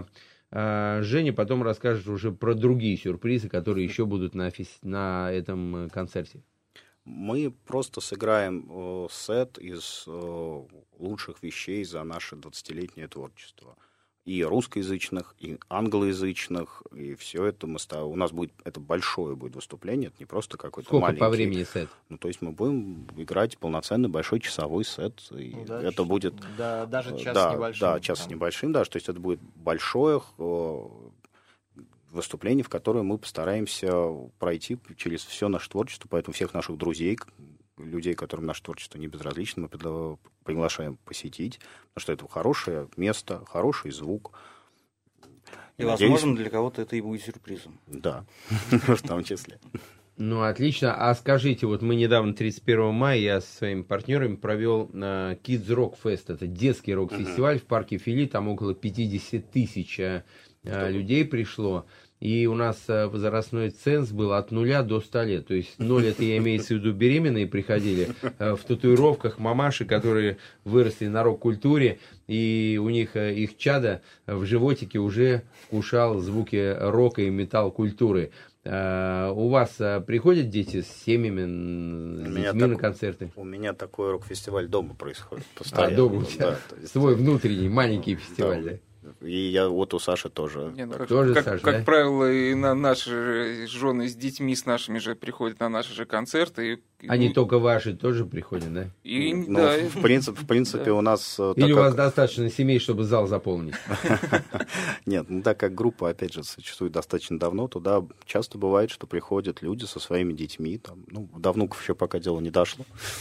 Женя потом расскажет уже про другие сюрпризы, которые еще будут на этом концерте.
Мы просто сыграем сет из лучших вещей за наше 20-летнее творчество. И русскоязычных, и англоязычных, и все это у нас будет, это большое будет выступление, это не просто какой-то
Сколько
маленький.
По времени сет?
Ну, то есть мы будем играть полноценный большой часовой сет, и это будет...
даже час с небольшим.
Да, час с небольшим, да, то есть это будет большое выступление, в которое мы постараемся пройти через все наше творчество, поэтому всех наших друзей, людей, которым наше творчество не безразлично, мы приглашаем посетить, потому что это хорошее место, хороший звук.
И, возможно, для кого-то это и будет сюрпризом.
Да, в том числе.
Ну, отлично. А скажите, вот мы недавно, 31 мая, я со своими партнерами провел Kids Rock Fest. Это детский рок-фестиваль в парке Фили. Там около 50 тысяч людей пришло. И у нас возрастной ценз был от 0 до 100 лет. То есть 0 это я имею в виду беременные приходили в татуировках, мамаши, которые выросли на рок-культуре, и у них их чадо в животике уже вкушал звуки рока и металл-культуры. У вас приходят дети с семьями, с детьми на концерты?
У меня такой рок-фестиваль дома происходит постоянно.
Дома у тебя свой внутренний маленький фестиваль, да?
И вот у Саши тоже.
Как правило, и наши жены с детьми, с нашими же приходят на наши же концерты.
Они только ваши тоже приходят, да?
В принципе, у нас...
Или у вас достаточно семей, чтобы зал заполнить?
Нет, так как группа, опять же, существует достаточно давно, туда часто бывает, что приходят люди со своими детьми. До внуков еще пока дело не дошло,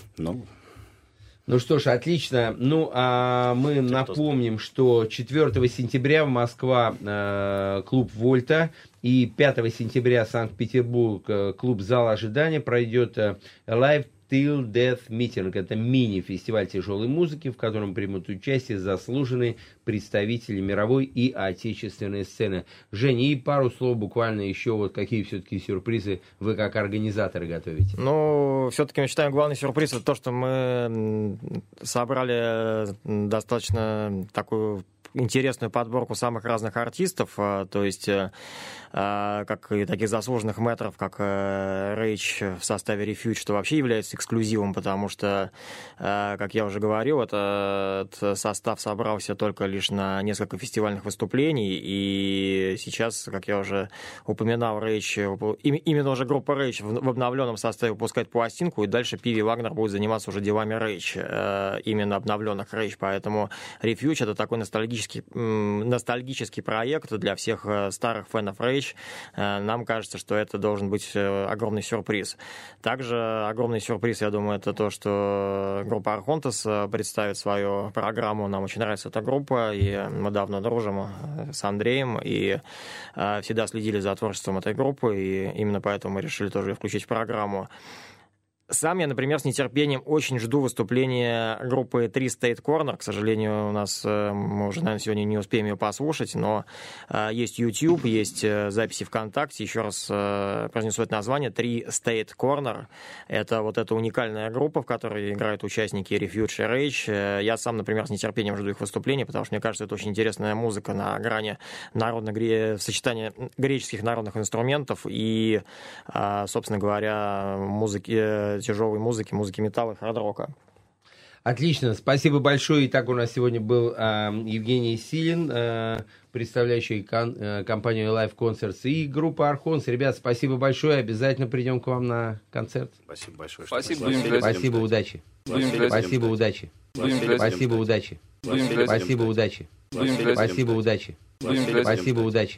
Ну что ж, отлично. Ну, а мы напомним, что 4 сентября в Москва клуб «Вольта» и 5 сентября Санкт-Петербург клуб «Зал ожидания» пройдет Live Till Death Meeting. Это мини-фестиваль тяжелой музыки, в котором примут участие заслуженные представители мировой и отечественной сцены. Женя, и пару слов буквально еще, вот какие все-таки сюрпризы вы как организаторы готовите?
Ну, все-таки мы считаем, главный сюрприз — это то, что мы собрали достаточно такую интересную подборку самых разных артистов, то есть как и таких заслуженных мэтров, как Рейдж в составе Refuge, что вообще является эксклюзивом, потому что, как я уже говорил, этот состав собрался только лишь на несколько фестивальных выступлений, и сейчас, как я уже упоминал, Рейдж, именно уже группа Рейдж в обновленном составе выпускает пластинку, и дальше Пиви Вагнер будет заниматься уже делами Рейдж, именно обновленных Рейдж, поэтому Refuge — это такой ностальгический проект для всех старых фенов Rage. Нам кажется, что это должен быть огромный сюрприз. Также огромный сюрприз, я думаю, это то, что группа Archontes представит свою программу. Нам очень нравится эта группа, и мы давно дружим с Андреем, и всегда следили за творчеством этой группы, и именно поэтому мы решили тоже ее включить в программу. Сам я, например, с нетерпением очень жду выступления группы Three State Corner. К сожалению, у нас мы уже, наверное, сегодня не успеем ее послушать, но есть YouTube, есть записи ВКонтакте. Еще раз произнесу это название. Three State Corner. Это вот эта уникальная группа, в которой играют участники Refuge и Rage. Я сам, например, с нетерпением жду их выступления, потому что мне кажется, это очень интересная музыка на грани сочетания греческих народных инструментов и, собственно говоря, тяжелой музыки металла и хард-рока.
Отлично, спасибо большое. Итак, у нас сегодня был Евгений Силин, представляющий компанию Live Concerts, и группа Archontes. Ребят, спасибо большое. Обязательно придем к вам на концерт.
Спасибо большое.
Спасибо, удачи. Спасибо, удачи. Спасибо, удачи. Спасибо, удачи. Спасибо, удачи. Спасибо, удачи.